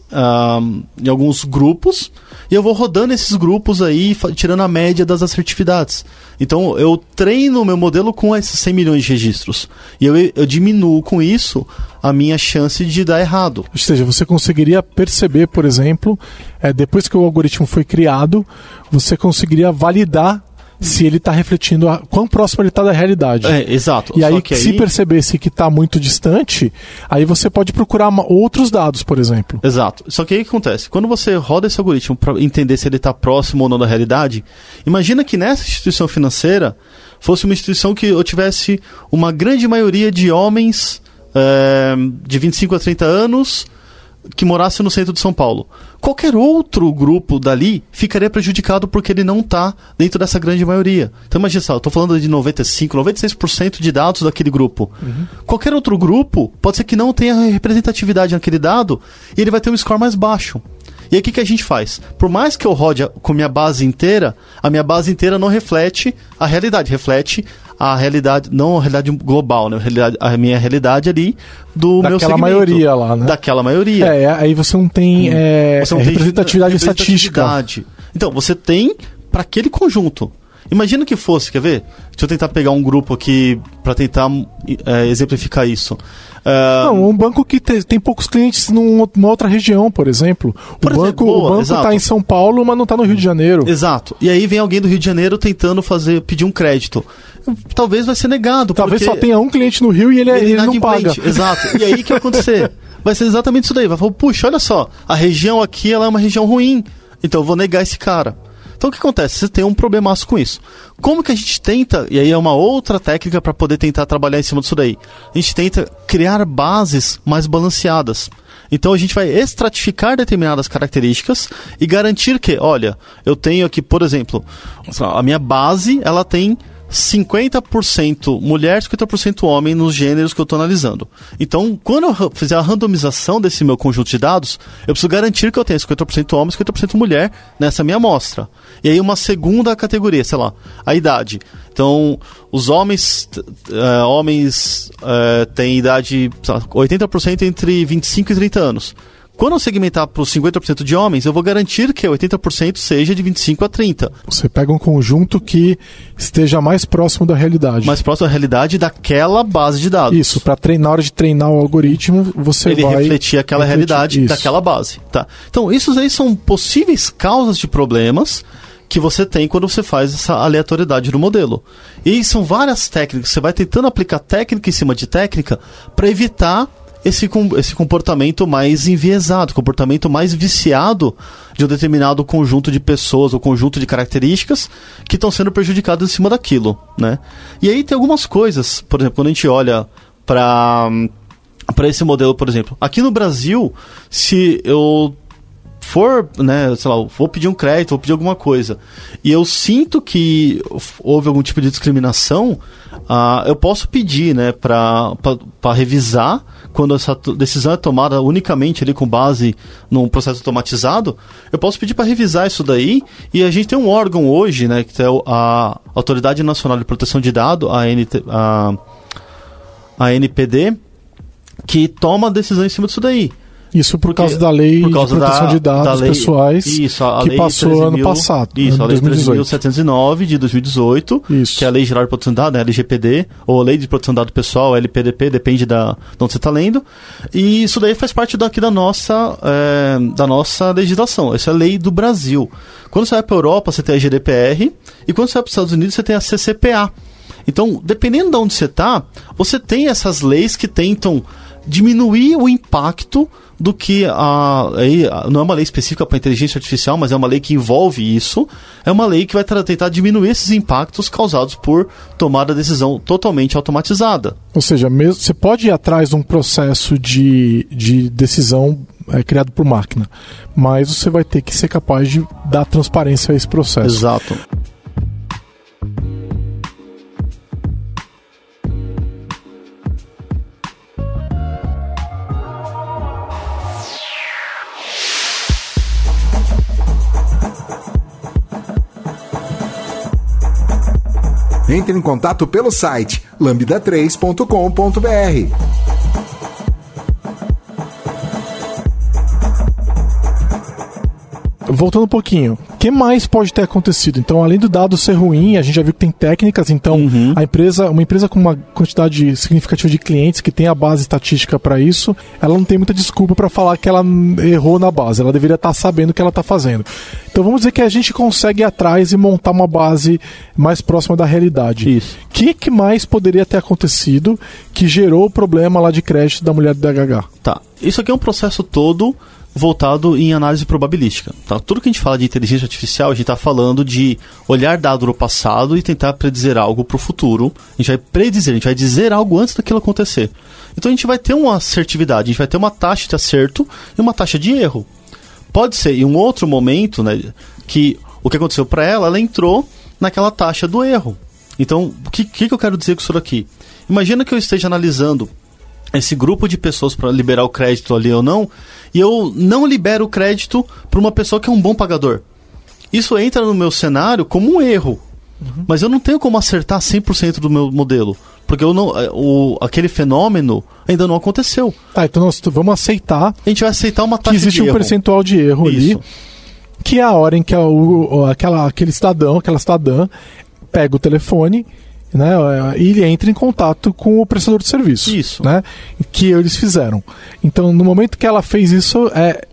grupos, e eu vou rodando esses grupos aí, tirando a média das assertividades. Então, eu treino o meu modelo com esses 100 milhões de registros. E eu diminuo com isso a minha chance de dar errado. Ou seja, você conseguiria perceber, por exemplo, depois que o algoritmo foi criado, você conseguiria validar se ele está refletindo quão próximo ele está da realidade. Exato. E aí, se percebesse que está muito distante, aí você pode procurar outros dados, por exemplo. Exato. Só que aí o que acontece? Quando você roda esse algoritmo para entender se ele está próximo ou não da realidade, imagina que nessa instituição financeira fosse uma instituição que eu tivesse uma grande maioria de homens de 25 a 30 anos que morasse no centro de São Paulo. Qualquer outro grupo dali ficaria prejudicado porque ele não está dentro dessa grande maioria. Então imagina só, eu estou falando de 95, 96% de dados daquele grupo. Qualquer outro grupo pode ser que não tenha representatividade naquele dado e ele vai ter um score mais baixo. E aí o que a gente faz? Por mais que eu rode com minha base inteira, a minha base inteira não reflete a realidade, reflete a realidade, não a realidade global, né? A minha realidade ali do meu segmento. Daquela maioria lá, né? Daquela maioria. Aí você não tem, representatividade estatística. Então, você tem para aquele conjunto. Imagina que fosse, quer ver? Deixa eu tentar pegar um grupo aqui para tentar exemplificar isso. Um banco que tem poucos clientes numa outra região, por exemplo. O banco está em São Paulo, mas não está no Rio de Janeiro. Exato. E aí vem alguém do Rio de Janeiro tentando pedir um crédito. Talvez vai ser negado. Talvez só tenha um cliente no Rio e ele não paga. Exato. E aí o que vai acontecer? Vai ser exatamente isso daí. Vai falar, puxa, olha só, a região aqui ela é uma região ruim, então eu vou negar esse cara. Então o que acontece? Você tem um problemaço com isso. Como que a gente tenta, e aí é uma outra técnica para poder tentar trabalhar em cima disso daí, a gente tenta criar bases mais balanceadas. Então a gente vai estratificar determinadas características e garantir que, olha, eu tenho aqui, por exemplo, a minha base, ela tem 50% mulher, 50% homem nos gêneros que eu estou analisando. Então, quando eu fizer a randomização desse meu conjunto de dados, eu preciso garantir que eu tenho 50% homem e 50% mulher nessa minha amostra. E aí uma segunda categoria, sei lá, a idade. Então, os homens têm idade, sei lá, 80% entre 25 e 30 anos. Quando eu segmentar para os 50% de homens, eu vou garantir que 80% seja de 25 a 30. Você pega um conjunto que esteja mais próximo da realidade. Mais próximo da realidade daquela base de dados. Isso, na hora de treinar o algoritmo, ele vai refletir aquela realidade daquela base. Tá? Então, isso aí são possíveis causas de problemas que você tem quando você faz essa aleatoriedade no modelo. E são várias técnicas. Você vai tentando aplicar técnica em cima de técnica para evitar esse comportamento mais enviesado, comportamento mais viciado de um determinado conjunto de pessoas ou conjunto de características que estão sendo prejudicadas em cima daquilo, né? E aí tem algumas coisas, por exemplo, quando a gente olha para esse modelo, por exemplo, aqui no Brasil, se eu for, né, sei lá, vou pedir um crédito, vou pedir alguma coisa, e eu sinto que houve algum tipo de discriminação, eu posso pedir, né, para revisar quando essa decisão é tomada unicamente ali com base num processo automatizado. Eu posso pedir para revisar isso daí, e a gente tem um órgão hoje, né, que é a Autoridade Nacional de Proteção de Dados, a NPD, que toma a decisão em cima disso daí. Isso por causa da Lei de Proteção de Dados Pessoais, que passou ano passado, isso, a Lei 13.709 de 2018, isso, que é a Lei Geral de Proteção de Dados, né, LGPD, ou Lei de Proteção de Dados Pessoal, LPDP, depende de onde você está lendo. E isso daí faz parte da nossa legislação. Essa é a lei do Brasil. Quando você vai para a Europa, você tem a GDPR, e quando você vai para os Estados Unidos, você tem a CCPA. Então, dependendo de onde você está, você tem essas leis que tentam diminuir o impacto do que não é uma lei específica para inteligência artificial, mas é uma lei que envolve isso. É uma lei que vai tentar diminuir esses impactos causados por tomada de decisão totalmente automatizada. Ou seja, você pode ir atrás de um processo de decisão criado por máquina, mas você vai ter que ser capaz de dar transparência a esse processo. Exato. Entre em contato pelo site lambda3.com.br. Voltando um pouquinho, o que mais pode ter acontecido? Então, além do dado ser ruim, a gente já viu que tem técnicas, então uma empresa com uma quantidade significativa de clientes que tem a base estatística para isso, ela não tem muita desculpa para falar que ela errou na base, ela deveria estar sabendo o que ela está fazendo. Então vamos dizer que a gente consegue ir atrás e montar uma base mais próxima da realidade. Isso. O que mais poderia ter acontecido que gerou o problema lá de crédito da mulher do DHH? Tá, isso aqui é um processo todo voltado em análise probabilística. Tá? Tudo que a gente fala de inteligência artificial, a gente está falando de olhar dado no passado e tentar predizer algo para o futuro. A gente vai predizer, a gente vai dizer algo antes daquilo acontecer. Então a gente vai ter uma assertividade, a gente vai ter uma taxa de acerto e uma taxa de erro. Pode ser em um outro momento, né, que o que aconteceu para ela entrou naquela taxa do erro. Então, o que eu quero dizer com isso daqui? Imagina que eu esteja analisando esse grupo de pessoas para liberar o crédito ali ou não, e eu não libero o crédito para uma pessoa que é um bom pagador. Isso entra no meu cenário como um erro, mas eu não tenho como acertar 100% do meu modelo, porque aquele fenômeno ainda não aconteceu. Tá, então nós vamos aceitar. A gente vai aceitar uma taxa que existe de erro. Um percentual de erro ali, que é a hora em que aquele cidadão, aquela cidadã pega o telefone, né, e ele entra em contato com o prestador de serviço. Isso. Né, que eles fizeram. Então, no momento que ela fez isso,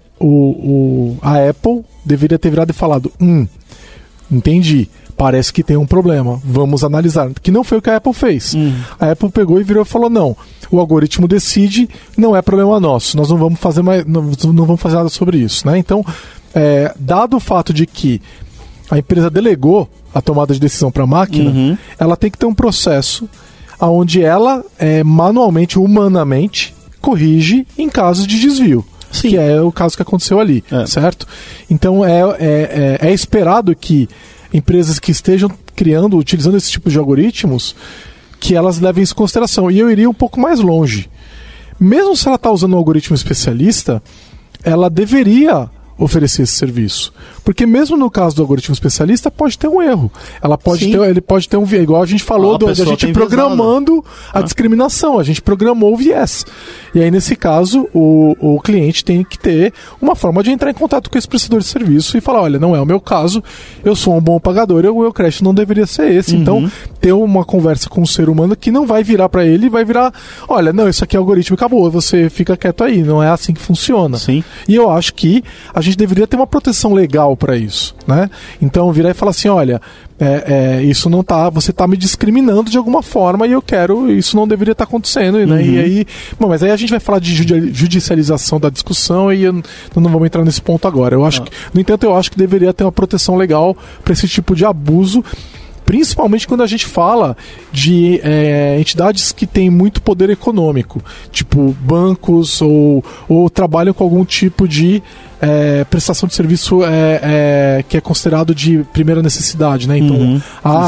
a Apple deveria ter virado e falado: entendi, parece que tem um problema, vamos analisar. Que não foi o que a Apple fez. A Apple pegou e virou e falou: não, o algoritmo decide, não é problema nosso, nós não vamos fazer não vamos fazer nada sobre isso. Né? Então, dado o fato de que a empresa delegou a tomada de decisão para a máquina, ela tem que ter um processo onde ela manualmente, humanamente, corrige em casos de desvio. Sim. Que é o caso que aconteceu ali, certo? Então é esperado que empresas que estejam utilizando esse tipo de algoritmos, que elas levem isso em consideração. E eu iria um pouco mais longe. Mesmo se ela está usando um algoritmo especialista, ela deveria oferecer esse serviço. Porque mesmo no caso do algoritmo especialista, pode ter um erro. Ele pode ter um viés. Igual a gente falou da gente programando a discriminação. A gente programou o viés. E aí, nesse caso, o cliente tem que ter uma forma de entrar em contato com esse prestador de serviço e falar: olha, não é o meu caso, eu sou um bom pagador, o meu crédito não deveria ser esse. Então, ter uma conversa com um ser humano que não vai virar para ele, vai virar: olha, não, isso aqui é algoritmo, acabou, você fica quieto aí. Não é assim que funciona. Sim. E eu acho que a gente deveria ter uma proteção legal para isso, né? Então virar e falar assim: olha, isso não tá, você tá me discriminando de alguma forma e isso não deveria estar acontecendo, né? E aí, mas aí a gente vai falar de judicialização da discussão e eu não vamos entrar nesse ponto agora. Eu acho no entanto, eu acho que deveria ter uma proteção legal para esse tipo de abuso, principalmente quando a gente fala de entidades que têm muito poder econômico, tipo bancos ou trabalham com algum tipo de prestação de serviço que é considerado de primeira necessidade, né? Então,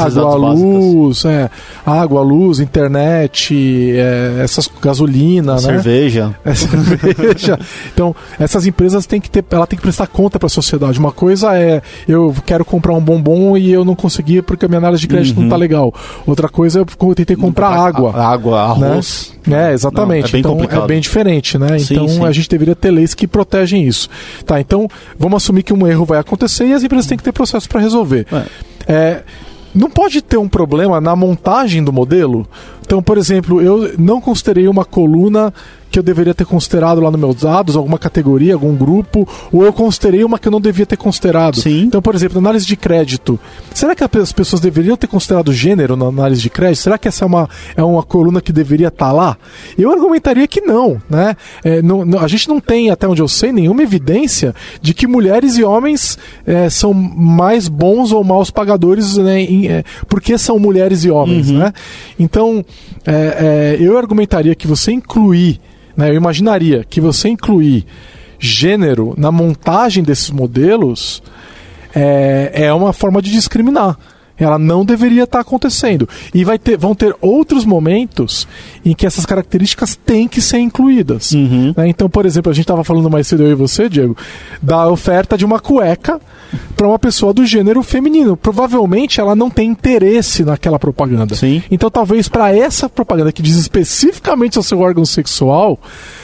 água, luz, internet, essas gasolina, cerveja. Né? Cerveja. Então, essas empresas ela tem que prestar conta para a sociedade. Uma coisa é: eu quero comprar um bombom e eu não consegui porque a minha análise de crédito não tá legal. Outra coisa é: eu tentei comprar água. Arroz. Né? Exatamente. Não, é bem complicado. É bem diferente, né? Sim, então sim. A gente deveria ter leis que protegem isso. Tá, então vamos assumir que um erro vai acontecer e as empresas têm que ter processo para resolver. Não pode ter um problema na montagem do modelo? Então, por exemplo, eu não considerei uma coluna que eu deveria ter considerado lá nos meus dados, alguma categoria, algum grupo, ou eu considerei uma que eu não devia ter considerado. Sim. Então, por exemplo, na análise de crédito, será que as pessoas deveriam ter considerado gênero na análise de crédito? Será que essa é uma coluna que deveria estar lá? Eu argumentaria que não, né? A gente não tem, até onde eu sei, nenhuma evidência de que mulheres e homens são mais bons ou maus pagadores, né, porque são mulheres e homens, né? Então, eu argumentaria que você incluir, né, eu imaginaria que você incluir gênero na montagem desses modelos é uma forma de discriminar. Ela não deveria estar acontecendo. E vão ter outros momentos em que essas características têm que ser incluídas. Né? Então, por exemplo, a gente estava falando mais cedo, eu e você, Diego, da oferta de uma cueca para uma pessoa do gênero feminino. Provavelmente ela não tem interesse naquela propaganda. Sim. Então, talvez para essa propaganda que diz especificamente ao seu órgão sexual,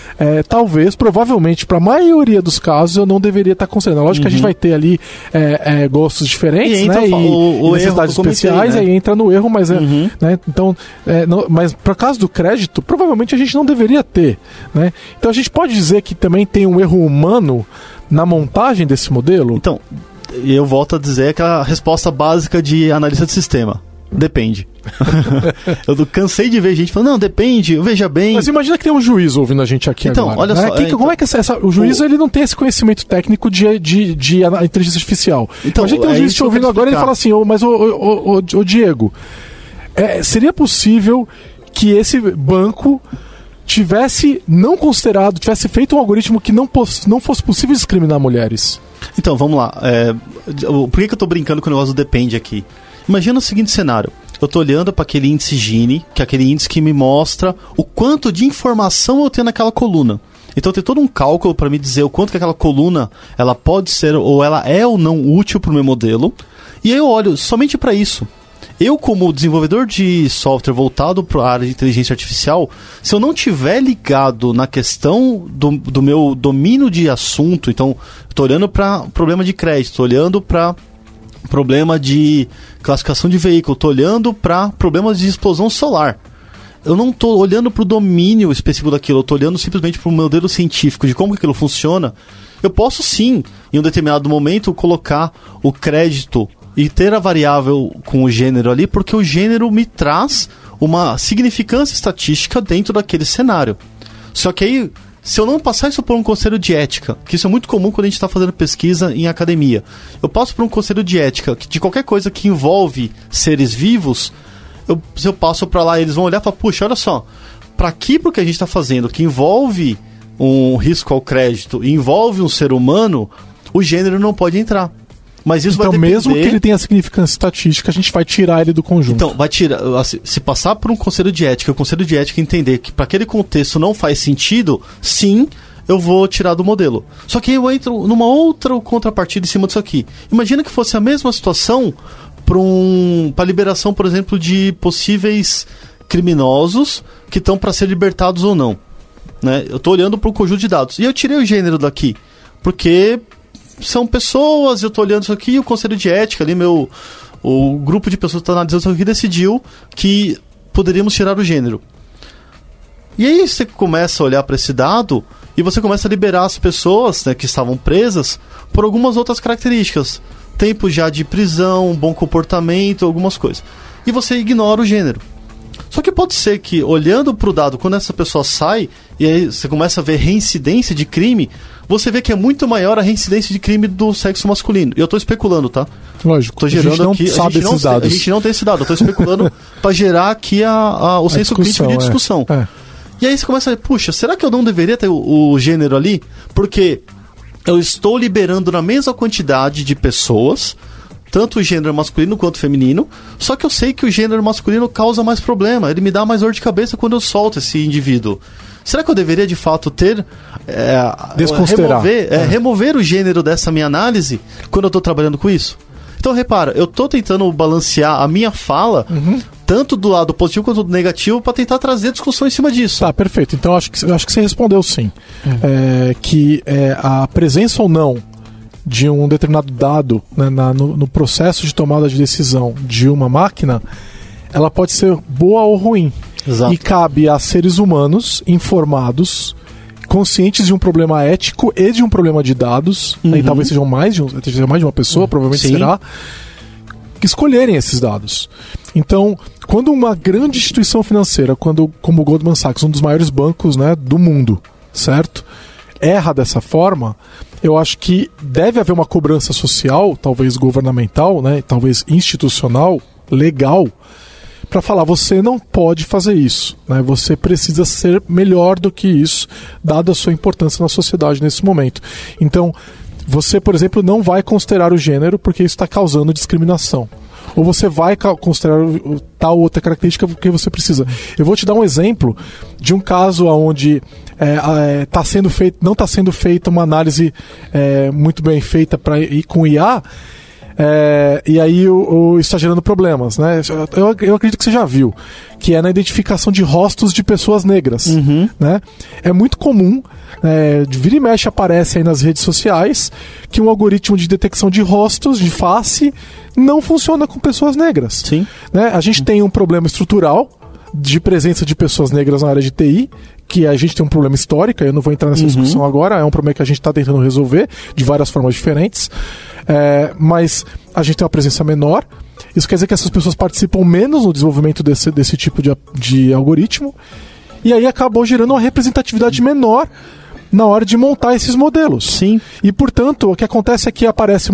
provavelmente, para a maioria dos casos, eu não deveria estar considerando. Lógico que a gente vai ter ali gostos diferentes, e né? E necessidades especiais, né? Aí entra no erro, mas né? Então, mas para caso do crédito, provavelmente a gente não deveria ter, né? Então a gente pode dizer que também tem um erro humano na montagem desse modelo? Então, eu volto a dizer aquela resposta básica de analista de sistema. Depende. Eu cansei de ver gente falando, não, depende, veja bem. Mas imagina que tem um juiz ouvindo a gente aqui então, agora. Olha né? só, como é que o juiz ele não tem esse conhecimento técnico de inteligência artificial? Então, imagina que tem um juiz te ouvindo agora e ele fala assim, mas o Diego, seria possível que esse banco tivesse feito um algoritmo que não fosse possível discriminar mulheres? Então, vamos lá. Por que eu tô brincando com o negócio do depende aqui? Imagina o seguinte cenário. Eu tô olhando para aquele índice Gini, que é aquele índice que me mostra o quanto de informação eu tenho naquela coluna. Então tem todo um cálculo para me dizer o quanto que aquela coluna ela pode ser ou ela é ou não útil para o meu modelo. E aí eu olho somente para isso. Eu, como desenvolvedor de software voltado para a área de inteligência artificial, se eu não tiver ligado na questão do meu domínio de assunto, então estou olhando para problema de crédito, estou olhando para problema de classificação de veículo, estou olhando para problemas de explosão solar. Eu não estou olhando para o domínio específico daquilo, eu estou olhando simplesmente para o modelo científico de como que aquilo funciona. Eu posso sim, em um determinado momento, colocar o crédito e ter a variável com o gênero ali, porque o gênero me traz uma significância estatística dentro daquele cenário. Só que aí, se eu não passar isso por um conselho de ética, que isso é muito comum quando a gente está fazendo pesquisa em academia, eu passo por um conselho de ética que de qualquer coisa que envolve seres vivos, se eu passo para lá, eles vão olhar e falar, puxa, olha só, para aqui pro que a gente está fazendo, que envolve um risco ao crédito e envolve um ser humano, o gênero não pode entrar. Mas isso então, vai depender... mesmo que ele tenha significância estatística, a gente vai tirar ele do conjunto. Então, vai tirar. Assim, se passar por um conselho de ética, o conselho de ética entender que para aquele contexto não faz sentido, sim, eu vou tirar do modelo. Só que eu entro numa outra contrapartida em cima disso aqui. Imagina que fosse a mesma situação para liberação, por exemplo, de possíveis criminosos que estão para ser libertados ou não. Né? Eu estou olhando para um conjunto de dados. E eu tirei o gênero daqui, porque são pessoas, eu estou olhando isso aqui e o conselho de ética ali, o grupo de pessoas que está analisando isso aqui decidiu que poderíamos tirar o gênero. E aí você começa a olhar para esse dado e você começa a liberar as pessoas, né, que estavam presas por algumas outras características. Tempo já de prisão, bom comportamento, algumas coisas. E você ignora o gênero. Só que pode ser que, olhando para o dado, quando essa pessoa sai, e aí você começa a ver reincidência de crime, você vê que é muito maior a reincidência de crime do sexo masculino. E eu estou especulando, tá? Lógico. Tô gerando a gente não sabe esses dados. A gente não tem esse dado. Eu estou especulando para gerar aqui o senso crítico de discussão. E aí você começa a ver, puxa, será que eu não deveria ter o gênero ali? Porque eu estou liberando na mesma quantidade de pessoas, tanto o gênero masculino quanto feminino, só que eu sei que o gênero masculino causa mais problema, ele me dá mais dor de cabeça quando eu solto esse indivíduo. Será que eu deveria de fato ter remover o gênero dessa minha análise quando eu estou trabalhando com isso? Então repara, eu estou tentando balancear a minha fala tanto do lado positivo quanto do negativo para tentar trazer discussão em cima disso. Tá, perfeito. Então acho que você respondeu sim. Que a presença ou não de um determinado dado, né, no processo de tomada de decisão de uma máquina, ela pode ser boa ou ruim. Exato. E cabe a seres humanos informados, conscientes de um problema ético e de um problema de dados, né, e talvez sejam mais de uma pessoa, provavelmente será, escolherem esses dados. Então, quando uma grande instituição financeira, como o Goldman Sachs, um dos maiores bancos, né, do mundo, certo? Erra dessa forma, eu acho que deve haver uma cobrança social, talvez governamental, né, talvez institucional, legal, para falar, você não pode fazer isso, né? Você precisa ser melhor do que isso, dada a sua importância na sociedade nesse momento. Então, você, por exemplo, não vai considerar o gênero porque isso está causando discriminação. ou você vai considerar tal outra característica porque você precisa. Eu vou te dar um exemplo de um caso onde não está sendo feita uma análise muito bem feita com IA. E aí isso está gerando problemas, né? Eu acredito que você já viu, que é na identificação de rostos de pessoas negras, né? É muito comum, de vira e mexe aparece aí nas redes sociais que um algoritmo de detecção de rostos, de face, não funciona com pessoas negras. Sim. Né? A gente tem um problema estrutural de presença de pessoas negras na área de TI, que a gente tem um problema histórico, eu não vou entrar nessa discussão agora, é um problema que a gente está tentando resolver de várias formas diferentes, mas a gente tem uma presença menor. Isso quer dizer que essas pessoas participam menos no desenvolvimento desse tipo de algoritmo, e aí acabou gerando uma representatividade menor na hora de montar esses modelos. Sim. E, portanto, o que acontece é que aparece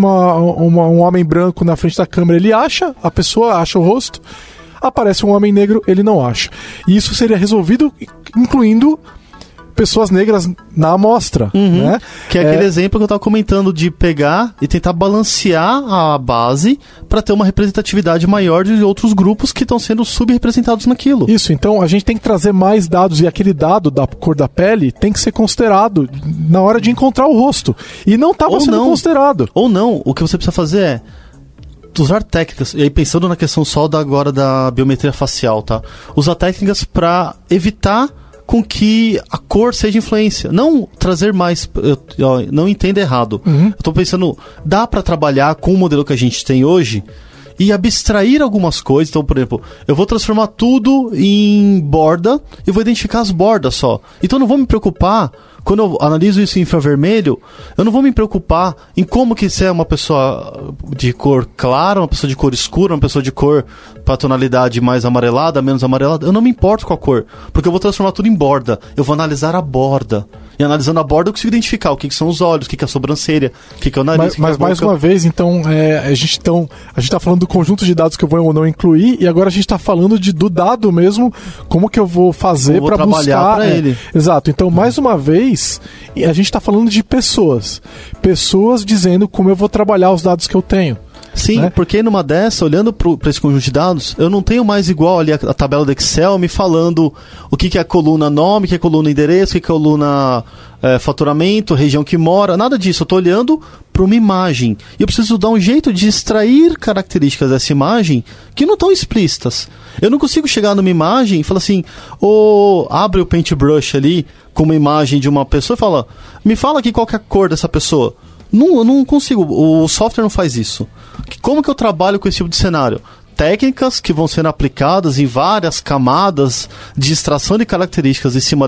um homem branco na frente da câmera, a pessoa acha o rosto, aparece um homem negro, ele não acha. E isso seria resolvido incluindo pessoas negras na amostra. Né? Que é aquele exemplo que eu estava comentando de pegar e tentar balancear a base para ter uma representatividade maior de outros grupos que estão sendo subrepresentados naquilo. Isso, então a gente tem que trazer mais dados, e aquele dado da cor da pele tem que ser considerado na hora de encontrar o rosto. E não estava sendo considerado. Ou não, o que você precisa fazer é usar técnicas, e aí pensando na questão só agora da biometria facial, tá? Usar técnicas para evitar com que a cor seja influência. Não trazer mais... não entenda errado. Eu tô pensando, dá para trabalhar com o modelo que a gente tem hoje e abstrair algumas coisas. Então, por exemplo, eu vou transformar tudo em borda e vou identificar as bordas só. Então, eu não vou me preocupar, quando eu analiso isso em infravermelho, eu não vou me preocupar em como que se é uma pessoa de cor clara, uma pessoa de cor escura, uma pessoa de cor para tonalidade mais amarelada, menos amarelada. Eu não me importo com a cor, porque eu vou transformar tudo em borda. Eu vou analisar a borda. E analisando a borda eu consigo identificar o que são os olhos, o que é a sobrancelha, o que é o nariz. Mas mais uma vez, então, a gente está falando do conjunto de dados que eu vou ou não incluir, e agora a gente está falando do dado mesmo, como que eu vou fazer para buscar para ele. Exato. Então, mais uma vez, a gente está falando de pessoas dizendo como eu vou trabalhar os dados que eu tenho. Sim, né? Porque numa dessa, olhando para esse conjunto de dados, eu não tenho mais igual ali a tabela do Excel me falando o que é a coluna nome, o que é a coluna endereço, o que é a coluna faturamento, região que mora, nada disso. Eu estou olhando para uma imagem e eu preciso dar um jeito de extrair características dessa imagem que não estão explícitas. Eu não consigo chegar numa imagem e falar assim, abre o Paintbrush ali com uma imagem de uma pessoa e fala, me fala aqui qual que é a cor dessa pessoa. Eu não consigo, o software não faz isso. Como que eu trabalho com esse tipo de cenário? Técnicas que vão sendo aplicadas em várias camadas de extração de características em cima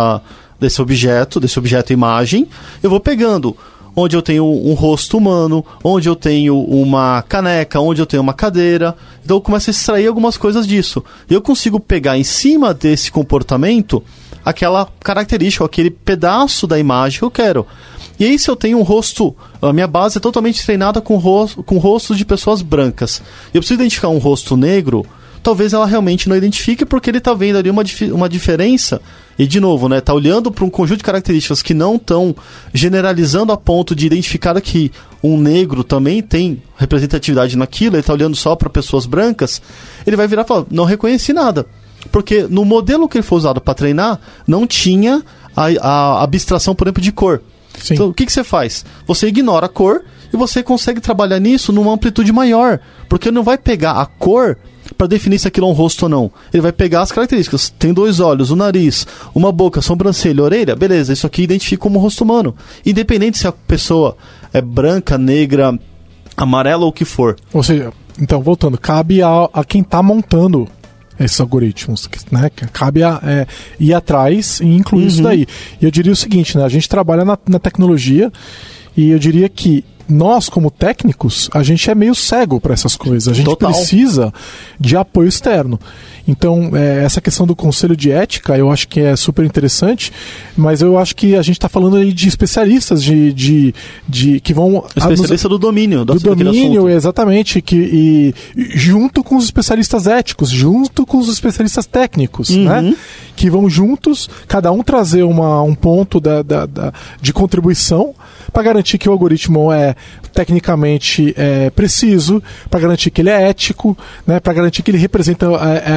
desse objeto imagem. Eu vou pegando onde eu tenho um rosto humano, onde eu tenho uma caneca, onde eu tenho uma cadeira. Então eu começo a extrair algumas coisas disso. E eu consigo pegar em cima desse comportamento aquela característica, aquele pedaço da imagem que eu quero. E aí, se eu tenho um rosto, a minha base é totalmente treinada com rostos de pessoas brancas. Eu preciso identificar um rosto negro, talvez ela realmente não identifique, porque ele está vendo ali uma diferença. E, de novo, né, tá olhando para um conjunto de características que não estão generalizando a ponto de identificar que um negro também tem representatividade naquilo, ele está olhando só para pessoas brancas, ele vai virar e falar, não reconheci nada. Porque no modelo que ele foi usado para treinar, não tinha a abstração, por exemplo, de cor. Sim. Então, o que você faz? Você ignora a cor e você consegue trabalhar nisso numa amplitude maior. Porque ele não vai pegar a cor para definir se aquilo é um rosto ou não. Ele vai pegar as características. Tem 2 olhos, um nariz, uma boca, sobrancelha, orelha. Beleza, isso aqui identifica como rosto humano. Independente se a pessoa é branca, negra, amarela ou o que for. Ou seja, então, voltando, cabe a quem está montando esses algoritmos, né? Cabe ir atrás e incluir isso daí. E eu diria o seguinte, né? A gente trabalha na tecnologia e eu diria que nós, como técnicos, a gente é meio cego para essas coisas. A gente precisa de apoio externo. Então, essa questão do conselho de ética, eu acho que é super interessante, mas eu acho que a gente está falando aí de especialistas que vão... Especialista do domínio. Do domínio, exatamente. E junto com os especialistas éticos, junto com os especialistas técnicos, né? Que vão juntos, cada um trazer um ponto de contribuição para garantir que o algoritmo é tecnicamente preciso, para garantir que ele é ético, né, para garantir que ele representa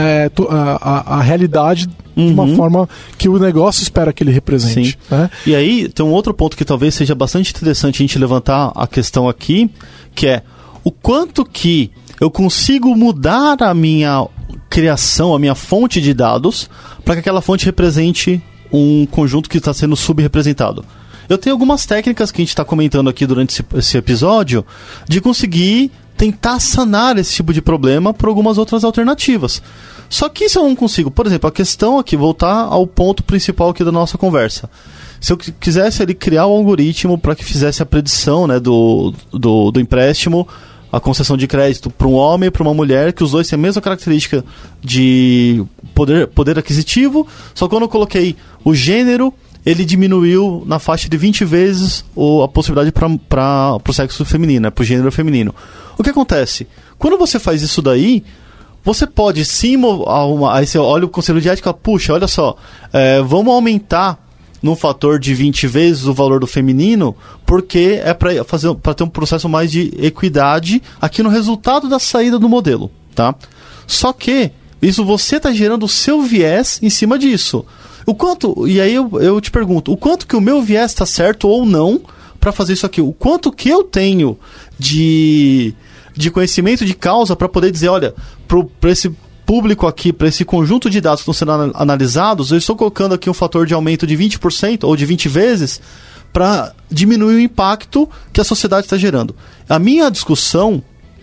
a realidade de uma forma que o negócio espera que ele represente. Né? E aí tem um outro ponto que talvez seja bastante interessante a gente levantar a questão aqui, que é o quanto que eu consigo mudar a minha criação, a minha fonte de dados, para que aquela fonte represente um conjunto que está sendo subrepresentado. Eu tenho algumas técnicas que a gente está comentando aqui durante esse episódio de conseguir tentar sanar esse tipo de problema por algumas outras alternativas. Só que isso eu não consigo. Por exemplo, a questão aqui, voltar ao ponto principal aqui da nossa conversa. Se eu quisesse ali criar um algoritmo para que fizesse a predição, né, do empréstimo, a concessão de crédito para um homem e para uma mulher, que os dois têm a mesma característica de poder aquisitivo, só que quando eu coloquei o gênero, ele diminuiu na faixa de 20 vezes a possibilidade para o sexo feminino, né, para o gênero feminino. O que acontece? Quando você faz isso daí, você pode sim, aí você olha o conselho de ética e fala, puxa, olha só, vamos aumentar num fator de 20 vezes o valor do feminino, porque é para ter um processo mais de equidade aqui no resultado da saída do modelo, tá? Só que isso você está gerando o seu viés em cima disso. E aí eu te pergunto, o quanto que o meu viés está certo ou não para fazer isso aqui? O quanto que eu tenho de conhecimento de causa para poder dizer, olha, para esse público aqui, para esse conjunto de dados que estão sendo analisados, eu estou colocando aqui um fator de aumento de 20% ou de 20 vezes para diminuir o impacto que a sociedade está gerando. A minha discussão,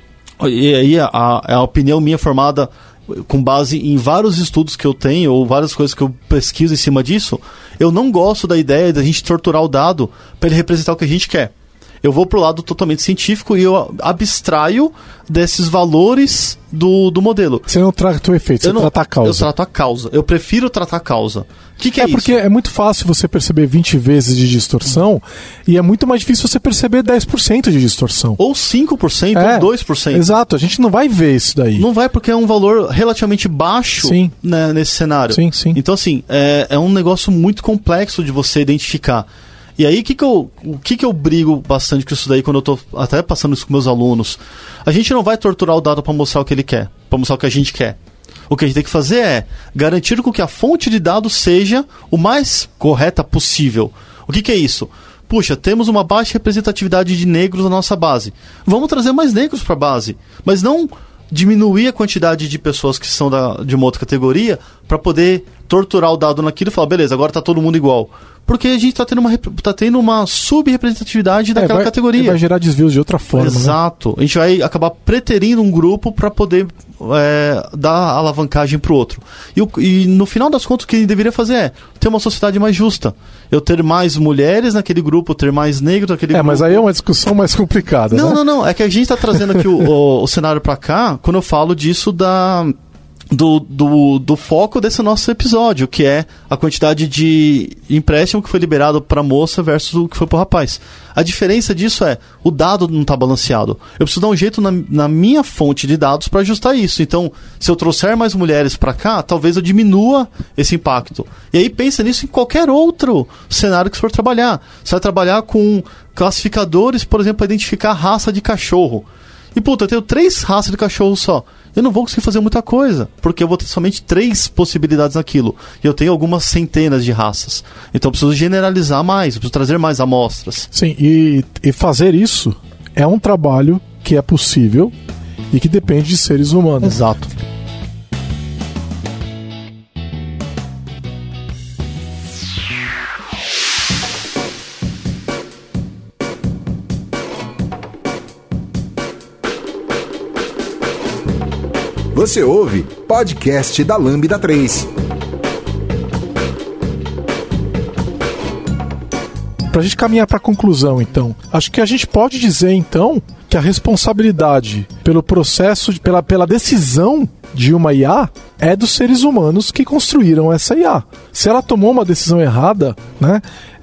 e aí a opinião minha formada com base em vários estudos que eu tenho, ou várias coisas que eu pesquiso em cima disso, eu não gosto da ideia da gente torturar o dado para ele representar o que a gente quer. Eu vou pro lado totalmente científico e eu abstraio desses valores do modelo. Você não trata o efeito, você trata a causa. Eu trato a causa. Eu prefiro tratar a causa. O que é isso? Porque é muito fácil você perceber 20 vezes de distorção e é muito mais difícil você perceber 10% de distorção. Ou 5%, ou 2%. Exato, a gente não vai ver isso daí. Não vai porque é um valor relativamente baixo, né, nesse cenário. Sim, sim. Então, assim, é um negócio muito complexo de você identificar. E aí, o que eu brigo bastante com isso daí, quando eu tô até passando isso com meus alunos? A gente não vai torturar o dado para mostrar o que ele quer, para mostrar o que a gente quer. O que a gente tem que fazer é garantir que a fonte de dados seja o mais correta possível. O que é isso? Puxa, temos uma baixa representatividade de negros na nossa base. Vamos trazer mais negros para a base, mas não diminuir a quantidade de pessoas que são de uma outra categoria para poder torturar o dado naquilo e falar, beleza, agora está todo mundo igual. Porque a gente está tendo uma subrepresentatividade daquela categoria. Vai gerar desvios de outra forma. Exato. Né? A gente vai acabar preterindo um grupo para poder dar alavancagem para o outro. E no final das contas, o que a gente deveria fazer é ter uma sociedade mais justa. Eu ter mais mulheres naquele grupo, ter mais negros naquele grupo. Mas aí é uma discussão mais complicada. Não. É que a gente está trazendo aqui o cenário para cá, quando eu falo disso do foco desse nosso episódio, que é a quantidade de empréstimo que foi liberado para a moça versus o que foi para o rapaz. A diferença disso é, o dado não está balanceado. Eu preciso dar um jeito na minha fonte de dados para ajustar isso. Então, se eu trouxer mais mulheres para cá, talvez eu diminua esse impacto. E aí pensa nisso em qualquer outro cenário que você for trabalhar. Você vai trabalhar com classificadores, por exemplo, para identificar a raça de cachorro. E eu tenho 3 raças de cachorro só. Eu não vou conseguir fazer muita coisa, porque eu vou ter somente 3 possibilidades naquilo. E eu tenho algumas centenas de raças. Então eu preciso generalizar mais, eu preciso trazer mais amostras. Sim, e fazer isso é um trabalho que é possível e que depende de seres humanos. Exato. Você ouve podcast da Lambda 3. Para a gente caminhar para a conclusão, então, acho que a gente pode dizer, então, que a responsabilidade pelo processo, pela decisão de uma IA é dos seres humanos que construíram essa IA. Se ela tomou uma decisão errada, né,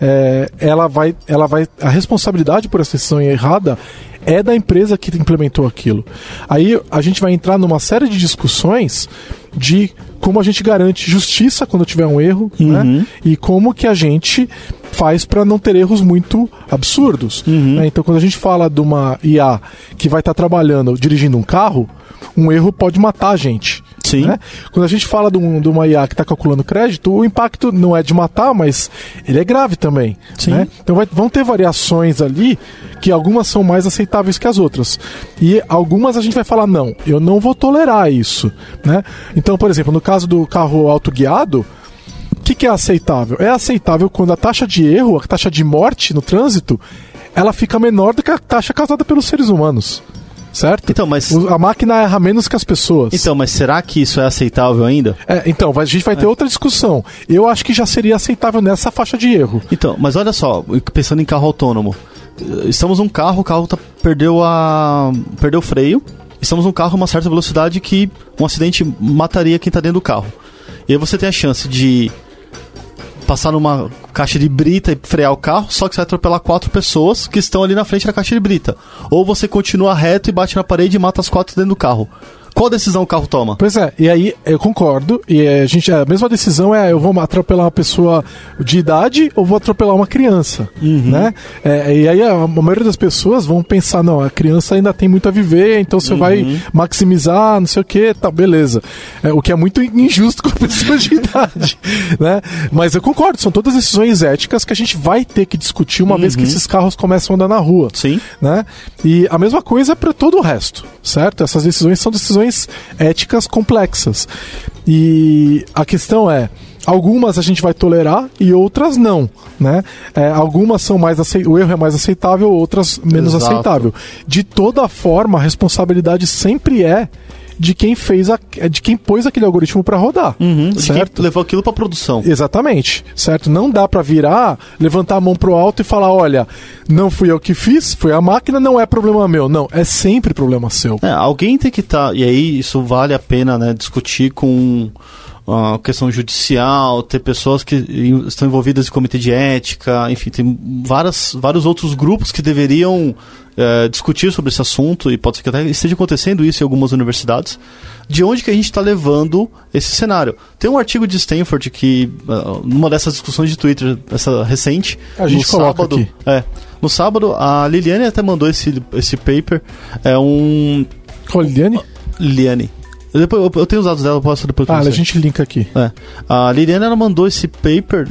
a responsabilidade por essa decisão errada é da empresa que implementou aquilo. Aí a gente vai entrar numa série de discussões de como a gente garante justiça quando tiver um erro, né? E como que a gente faz para não ter erros muito absurdos. Né? Então, quando a gente fala de uma IA que vai estar trabalhando, dirigindo um carro, um erro pode matar a gente. Sim. Né? Quando a gente fala de uma IA que está calculando crédito, o impacto não é de matar, mas ele é grave também. Né? Então vão ter variações ali que algumas são mais aceitáveis que as outras. E algumas a gente vai falar, não, eu não vou tolerar isso. Né? Então, por exemplo, no caso do carro autoguiado, o que é aceitável? É aceitável quando a taxa de erro, a taxa de morte no trânsito, ela fica menor do que a taxa causada pelos seres humanos. Certo? Então, mas... A máquina erra menos que as pessoas. Então, mas será que isso é aceitável ainda? Então, a gente vai ter outra discussão. Eu acho que já seria aceitável nessa faixa de erro. Então, mas olha só, pensando em carro autônomo. Estamos num carro, o carro perdeu o freio. Estamos num carro a uma certa velocidade que um acidente mataria quem está dentro do carro. E aí você tem a chance de passar numa caixa de brita e frear o carro, só que você vai atropelar 4 pessoas que estão ali na frente da caixa de brita. Ou você continua reto e bate na parede e mata as 4 dentro do carro. Qual decisão o carro toma? Pois é, e aí eu concordo, e a mesma decisão eu vou atropelar uma pessoa de idade ou vou atropelar uma criança, né? E aí a maioria das pessoas vão pensar, não, a criança ainda tem muito a viver, então você vai maximizar, não sei o que, tá, beleza. O que é muito injusto com a pessoa de idade, né? Mas eu concordo, são todas decisões éticas que a gente vai ter que discutir uma vez que esses carros começam a andar na rua. Sim. Né? E a mesma coisa para todo o resto, certo? Essas decisões são decisões éticas complexas. E a questão é, algumas a gente vai tolerar e outras não, né? Algumas são mais o erro é mais aceitável, outras menos aceitável. De toda forma, a responsabilidade sempre é de quem pôs aquele algoritmo para rodar, certo? De quem levou aquilo para produção. Exatamente, certo? Não dá para virar, levantar a mão pro alto e falar, olha, não fui eu que fiz, foi a máquina, não é problema meu. Não, é sempre problema seu. Alguém tem que estar, e aí isso vale a pena, né, discutir com a questão judicial, ter pessoas que estão envolvidas em comitê de ética, enfim, tem vários outros grupos que deveriam discutir sobre esse assunto, e pode ser que até esteja acontecendo isso em algumas universidades, de onde que a gente está levando esse cenário. Tem um artigo de Stanford que, numa dessas discussões de Twitter, essa recente, a gente coloca aqui. No sábado, a Liliane até mandou esse paper, Qual, Liliane? Liliane. Eu tenho os dados dela, eu posso depois a gente linka aqui. A Liliane, ela mandou esse paper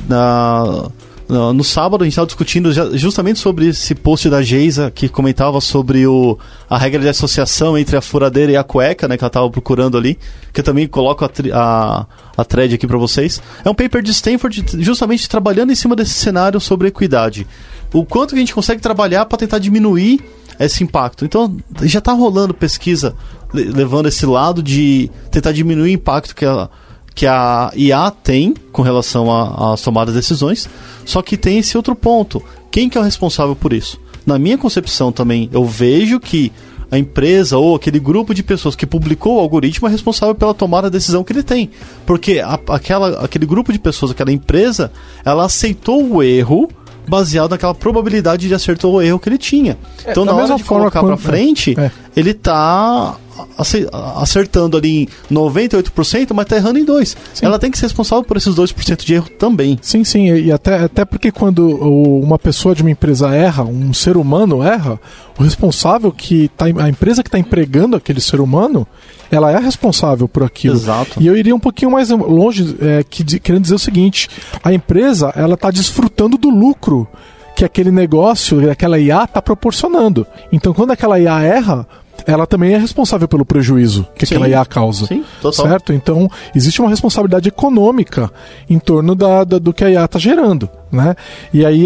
no sábado. A gente estava discutindo justamente sobre esse post da Geisa, que comentava sobre a regra de associação entre a furadeira e a cueca, né, que ela estava procurando ali, que eu também coloco a thread aqui para vocês. É um paper de Stanford justamente trabalhando em cima desse cenário sobre equidade. O quanto que a gente consegue trabalhar para tentar diminuir esse impacto. Então, já está rolando pesquisa levando esse lado de tentar diminuir o impacto que a IA tem com relação às tomadas de decisões, só que tem esse outro ponto. Quem que é o responsável por isso? Na minha concepção também, eu vejo que a empresa ou aquele grupo de pessoas que publicou o algoritmo é responsável pela tomada da decisão que ele tem. Porque aquele grupo de pessoas, aquela empresa, ela aceitou o erro baseado naquela probabilidade de acertar o erro que ele tinha. Então, na hora de colocar para frente, ele está acertando ali em 98%, mas está errando em 2%. Sim. Ela tem que ser responsável por esses 2% de erro também. Sim, e até porque quando uma pessoa de uma empresa erra, um ser humano erra, o responsável a empresa que está empregando aquele ser humano, ela é responsável por aquilo. Exato. E eu iria um pouquinho mais longe, querendo dizer o seguinte: a empresa, ela está desfrutando do lucro que aquele negócio, aquela IA está proporcionando. Então, quando aquela IA erra, ela também é responsável pelo prejuízo que aquela IA causa. Sim, total. Certo? Então, existe uma responsabilidade econômica em torno do que a IA está gerando, né? E aí,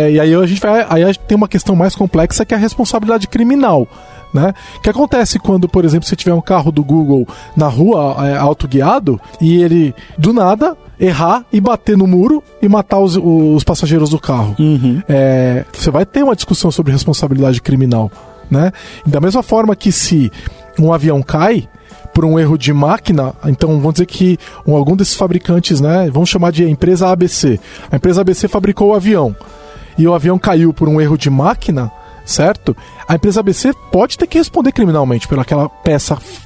aí tem uma questão mais complexa, que é a responsabilidade criminal, né? O que acontece quando, por exemplo, você tiver um carro do Google na rua autoguiado e ele, do nada, errar e bater no muro e matar os passageiros do carro? Você vai ter uma discussão sobre responsabilidade criminal, né? Da mesma forma que se um avião cai por um erro de máquina, então vamos dizer que algum desses fabricantes, né, vamos chamar de empresa ABC. A empresa ABC fabricou o avião e o avião caiu por um erro de máquina, certo? A empresa ABC pode ter que responder criminalmente pelaquela peça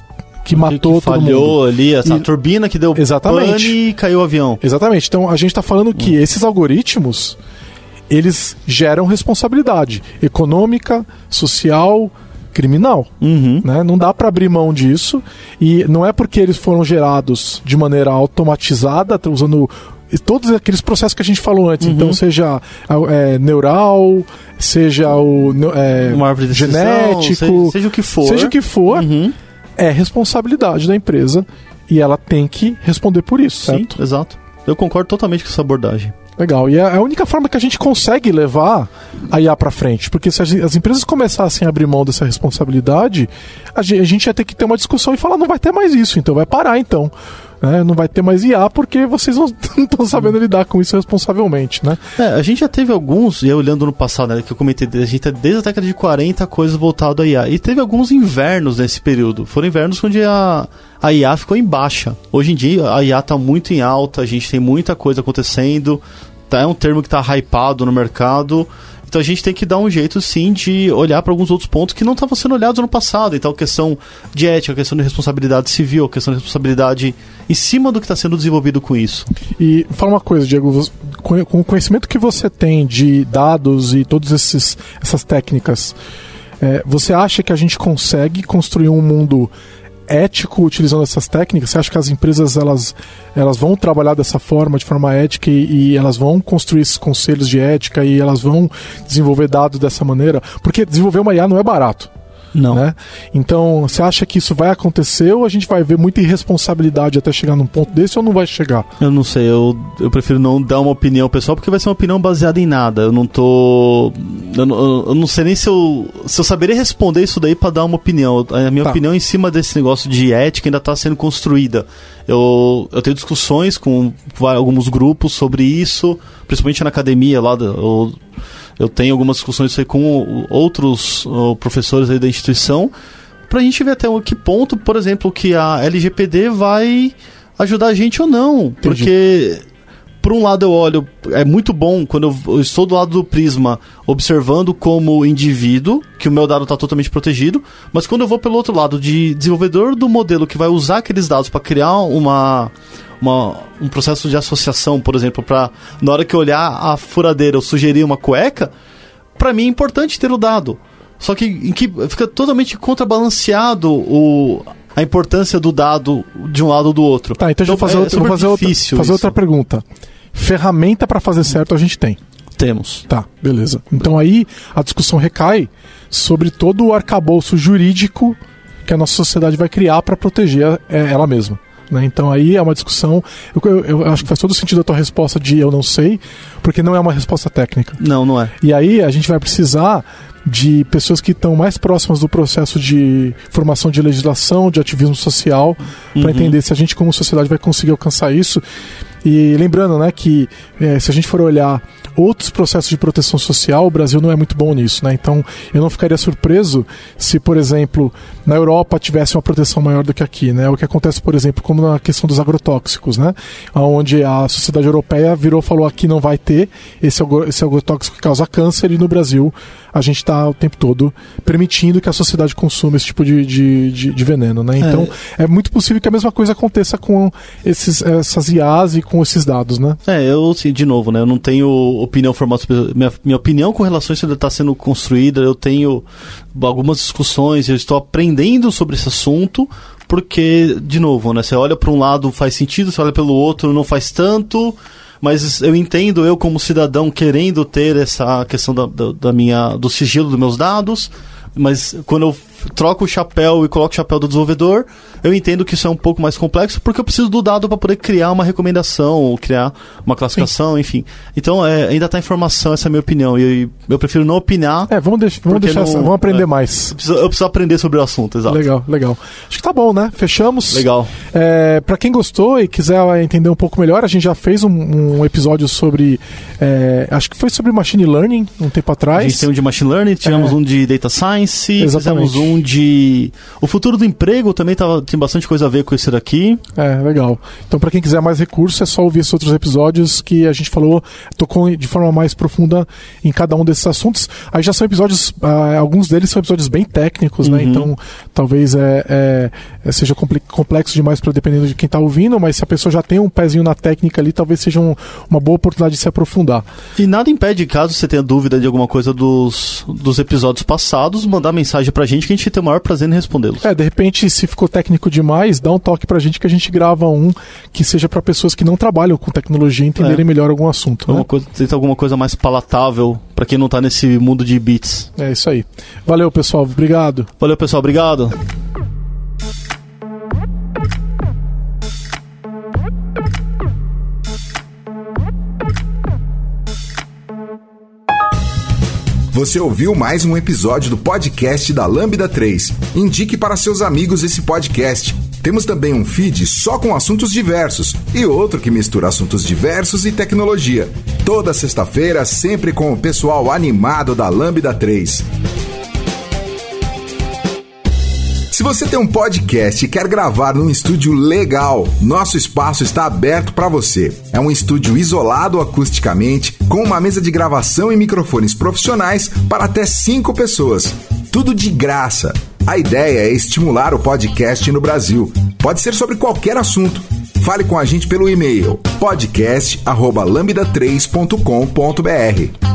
que matou todo mundo. Falhou ali, essa turbina que deu pane e caiu o avião. Exatamente. Então a gente está falando que esses algoritmos, eles geram responsabilidade econômica, social, criminal. Né? Não dá para abrir mão disso, e não é porque eles foram gerados de maneira automatizada, usando todos aqueles processos que a gente falou antes. Então, seja neural, seja uma árvore de genético, seja o que for, é responsabilidade da empresa e ela tem que responder por isso, certo? Sim, exato. Eu concordo totalmente com essa abordagem. Legal, e é a única forma que a gente consegue levar a IA para frente, porque se as empresas começassem a abrir mão dessa responsabilidade, a gente ia ter que ter uma discussão e falar, não vai ter mais isso, então vai parar então. Não vai ter mais IA porque vocês não estão sabendo lidar com isso responsavelmente, né? A gente já teve alguns, e eu olhando no passado, né, que eu comentei, a gente desde a década de 40 coisas voltadas à IA, e teve alguns invernos nesse período, foram invernos onde a IA ficou em baixa. Hoje em dia a IA está muito em alta, a gente tem muita coisa acontecendo, é um termo que está hypado no mercado. Então a gente tem que dar um jeito, sim, de olhar para alguns outros pontos que não estavam sendo olhados no passado. Então a questão de ética, a questão de responsabilidade civil, a questão de responsabilidade em cima do que está sendo desenvolvido com isso. E fala uma coisa, Diego, com o conhecimento que você tem de dados e todas essas técnicas, você acha que a gente consegue construir um mundo ético utilizando essas técnicas? Você acha que as empresas elas vão trabalhar dessa forma, de forma ética, e elas vão construir esses conselhos de ética e elas vão desenvolver dados dessa maneira? Porque desenvolver uma IA não é barato. Não. Né? Então, você acha que isso vai acontecer ou a gente vai ver muita irresponsabilidade até chegar num ponto desse, ou não vai chegar? Eu não sei, eu prefiro não dar uma opinião pessoal, porque vai ser uma opinião baseada em nada. Eu não sei nem se eu saberia responder isso daí pra dar uma opinião. A minha opinião em cima desse negócio de ética ainda tá sendo construída. Eu tenho discussões com alguns grupos sobre isso, principalmente na academia lá eu tenho algumas discussões aí com outros professores aí da instituição, pra gente ver até que ponto, por exemplo, que a LGPD vai ajudar a gente ou não. Entendi. Porque, por um lado, eu olho, é muito bom quando eu estou do lado do prisma, observando como indivíduo, que o meu dado está totalmente protegido, mas quando eu vou pelo outro lado, de desenvolvedor do modelo que vai usar aqueles dados para criar um processo de associação, por exemplo, para na hora que eu olhar a furadeira eu sugerir uma cueca, para mim é importante ter o dado. Só que fica totalmente contrabalanceado a importância do dado de um lado ou do outro. Tá, então vou fazer outra pergunta. Ferramenta para fazer certo a gente tem? Temos. Tá, beleza. Então aí a discussão recai sobre todo o arcabouço jurídico que a nossa sociedade vai criar para proteger ela mesma. Né? Então aí é uma discussão. Eu acho que faz todo sentido a tua resposta de eu não sei, porque não é uma resposta técnica. Não é. E aí a gente vai precisar de pessoas que estão mais próximas do processo de formação de legislação, de ativismo social, para entender se a gente como sociedade vai conseguir alcançar isso. E lembrando, né, que se a gente for olhar outros processos de proteção social, o Brasil não é muito bom nisso, né? Então eu não ficaria surpreso se, por exemplo, na Europa tivesse uma proteção maior do que aqui, né? O que acontece, por exemplo, como na questão dos agrotóxicos, né? Onde a sociedade europeia falou aqui não vai ter esse agrotóxico que causa câncer, e no Brasil a gente está o tempo todo permitindo que a sociedade consuma esse tipo de veneno, né? Então é muito possível que a mesma coisa aconteça com essas IAs e com esses dados, né? Eu, de novo, né? Eu não tenho opinião formada sobre... Minha opinião com relação a isso ainda está sendo construída. Eu tenho algumas discussões, eu estou aprendendo sobre esse assunto, porque, de novo, né? Você olha para um lado faz sentido, você olha pelo outro não faz tanto, mas eu entendo, eu como cidadão querendo ter essa questão do sigilo dos meus dados, mas quando eu troco o chapéu e coloco o chapéu do desenvolvedor, eu entendo que isso é um pouco mais complexo, porque eu preciso do dado para poder criar uma recomendação, ou criar uma classificação, enfim. Então, ainda está em formação, essa é a minha opinião, e eu prefiro não opinar. Vamos aprender mais. Eu preciso aprender sobre o assunto, exato. Legal. Acho que tá bom, né? Fechamos. Legal. Para quem gostou e quiser entender um pouco melhor, a gente já fez um episódio sobre, acho que foi sobre Machine Learning, um tempo atrás. A gente tem um de Machine Learning, tivemos um de Data Science, fizemos um questão de... O futuro do emprego também tem bastante coisa a ver com isso daqui. Legal. Então, para quem quiser mais recursos, é só ouvir esses outros episódios que a gente tocou de forma mais profunda em cada um desses assuntos. Aí já são episódios, alguns deles são episódios bem técnicos, né? Então, talvez seja complexo demais para dependendo de quem está ouvindo, mas se a pessoa já tem um pezinho na técnica ali, talvez seja uma boa oportunidade de se aprofundar. E nada impede, caso você tenha dúvida de alguma coisa dos episódios passados, mandar mensagem pra gente que a gente tem o maior prazer em respondê-los. De repente, se ficou técnico demais, dá um toque pra gente que a gente grava que seja para pessoas que não trabalham com tecnologia entenderem melhor algum assunto. Tenta alguma coisa mais palatável pra quem não tá nesse mundo de bits. É isso aí. Valeu, pessoal. Obrigado. Valeu, pessoal. Obrigado. Você ouviu mais um episódio do podcast da Lambda 3. Indique para seus amigos esse podcast. Temos também um feed só com assuntos diversos e outro que mistura assuntos diversos e tecnologia. Toda sexta-feira, sempre com o pessoal animado da Lambda 3. Se você tem um podcast e quer gravar num estúdio legal, nosso espaço está aberto para você. É um estúdio isolado acusticamente, com uma mesa de gravação e microfones profissionais para até 5 pessoas. Tudo de graça. A ideia é estimular o podcast no Brasil. Pode ser sobre qualquer assunto. Fale com a gente pelo e-mail podcast@lambda3.com.br.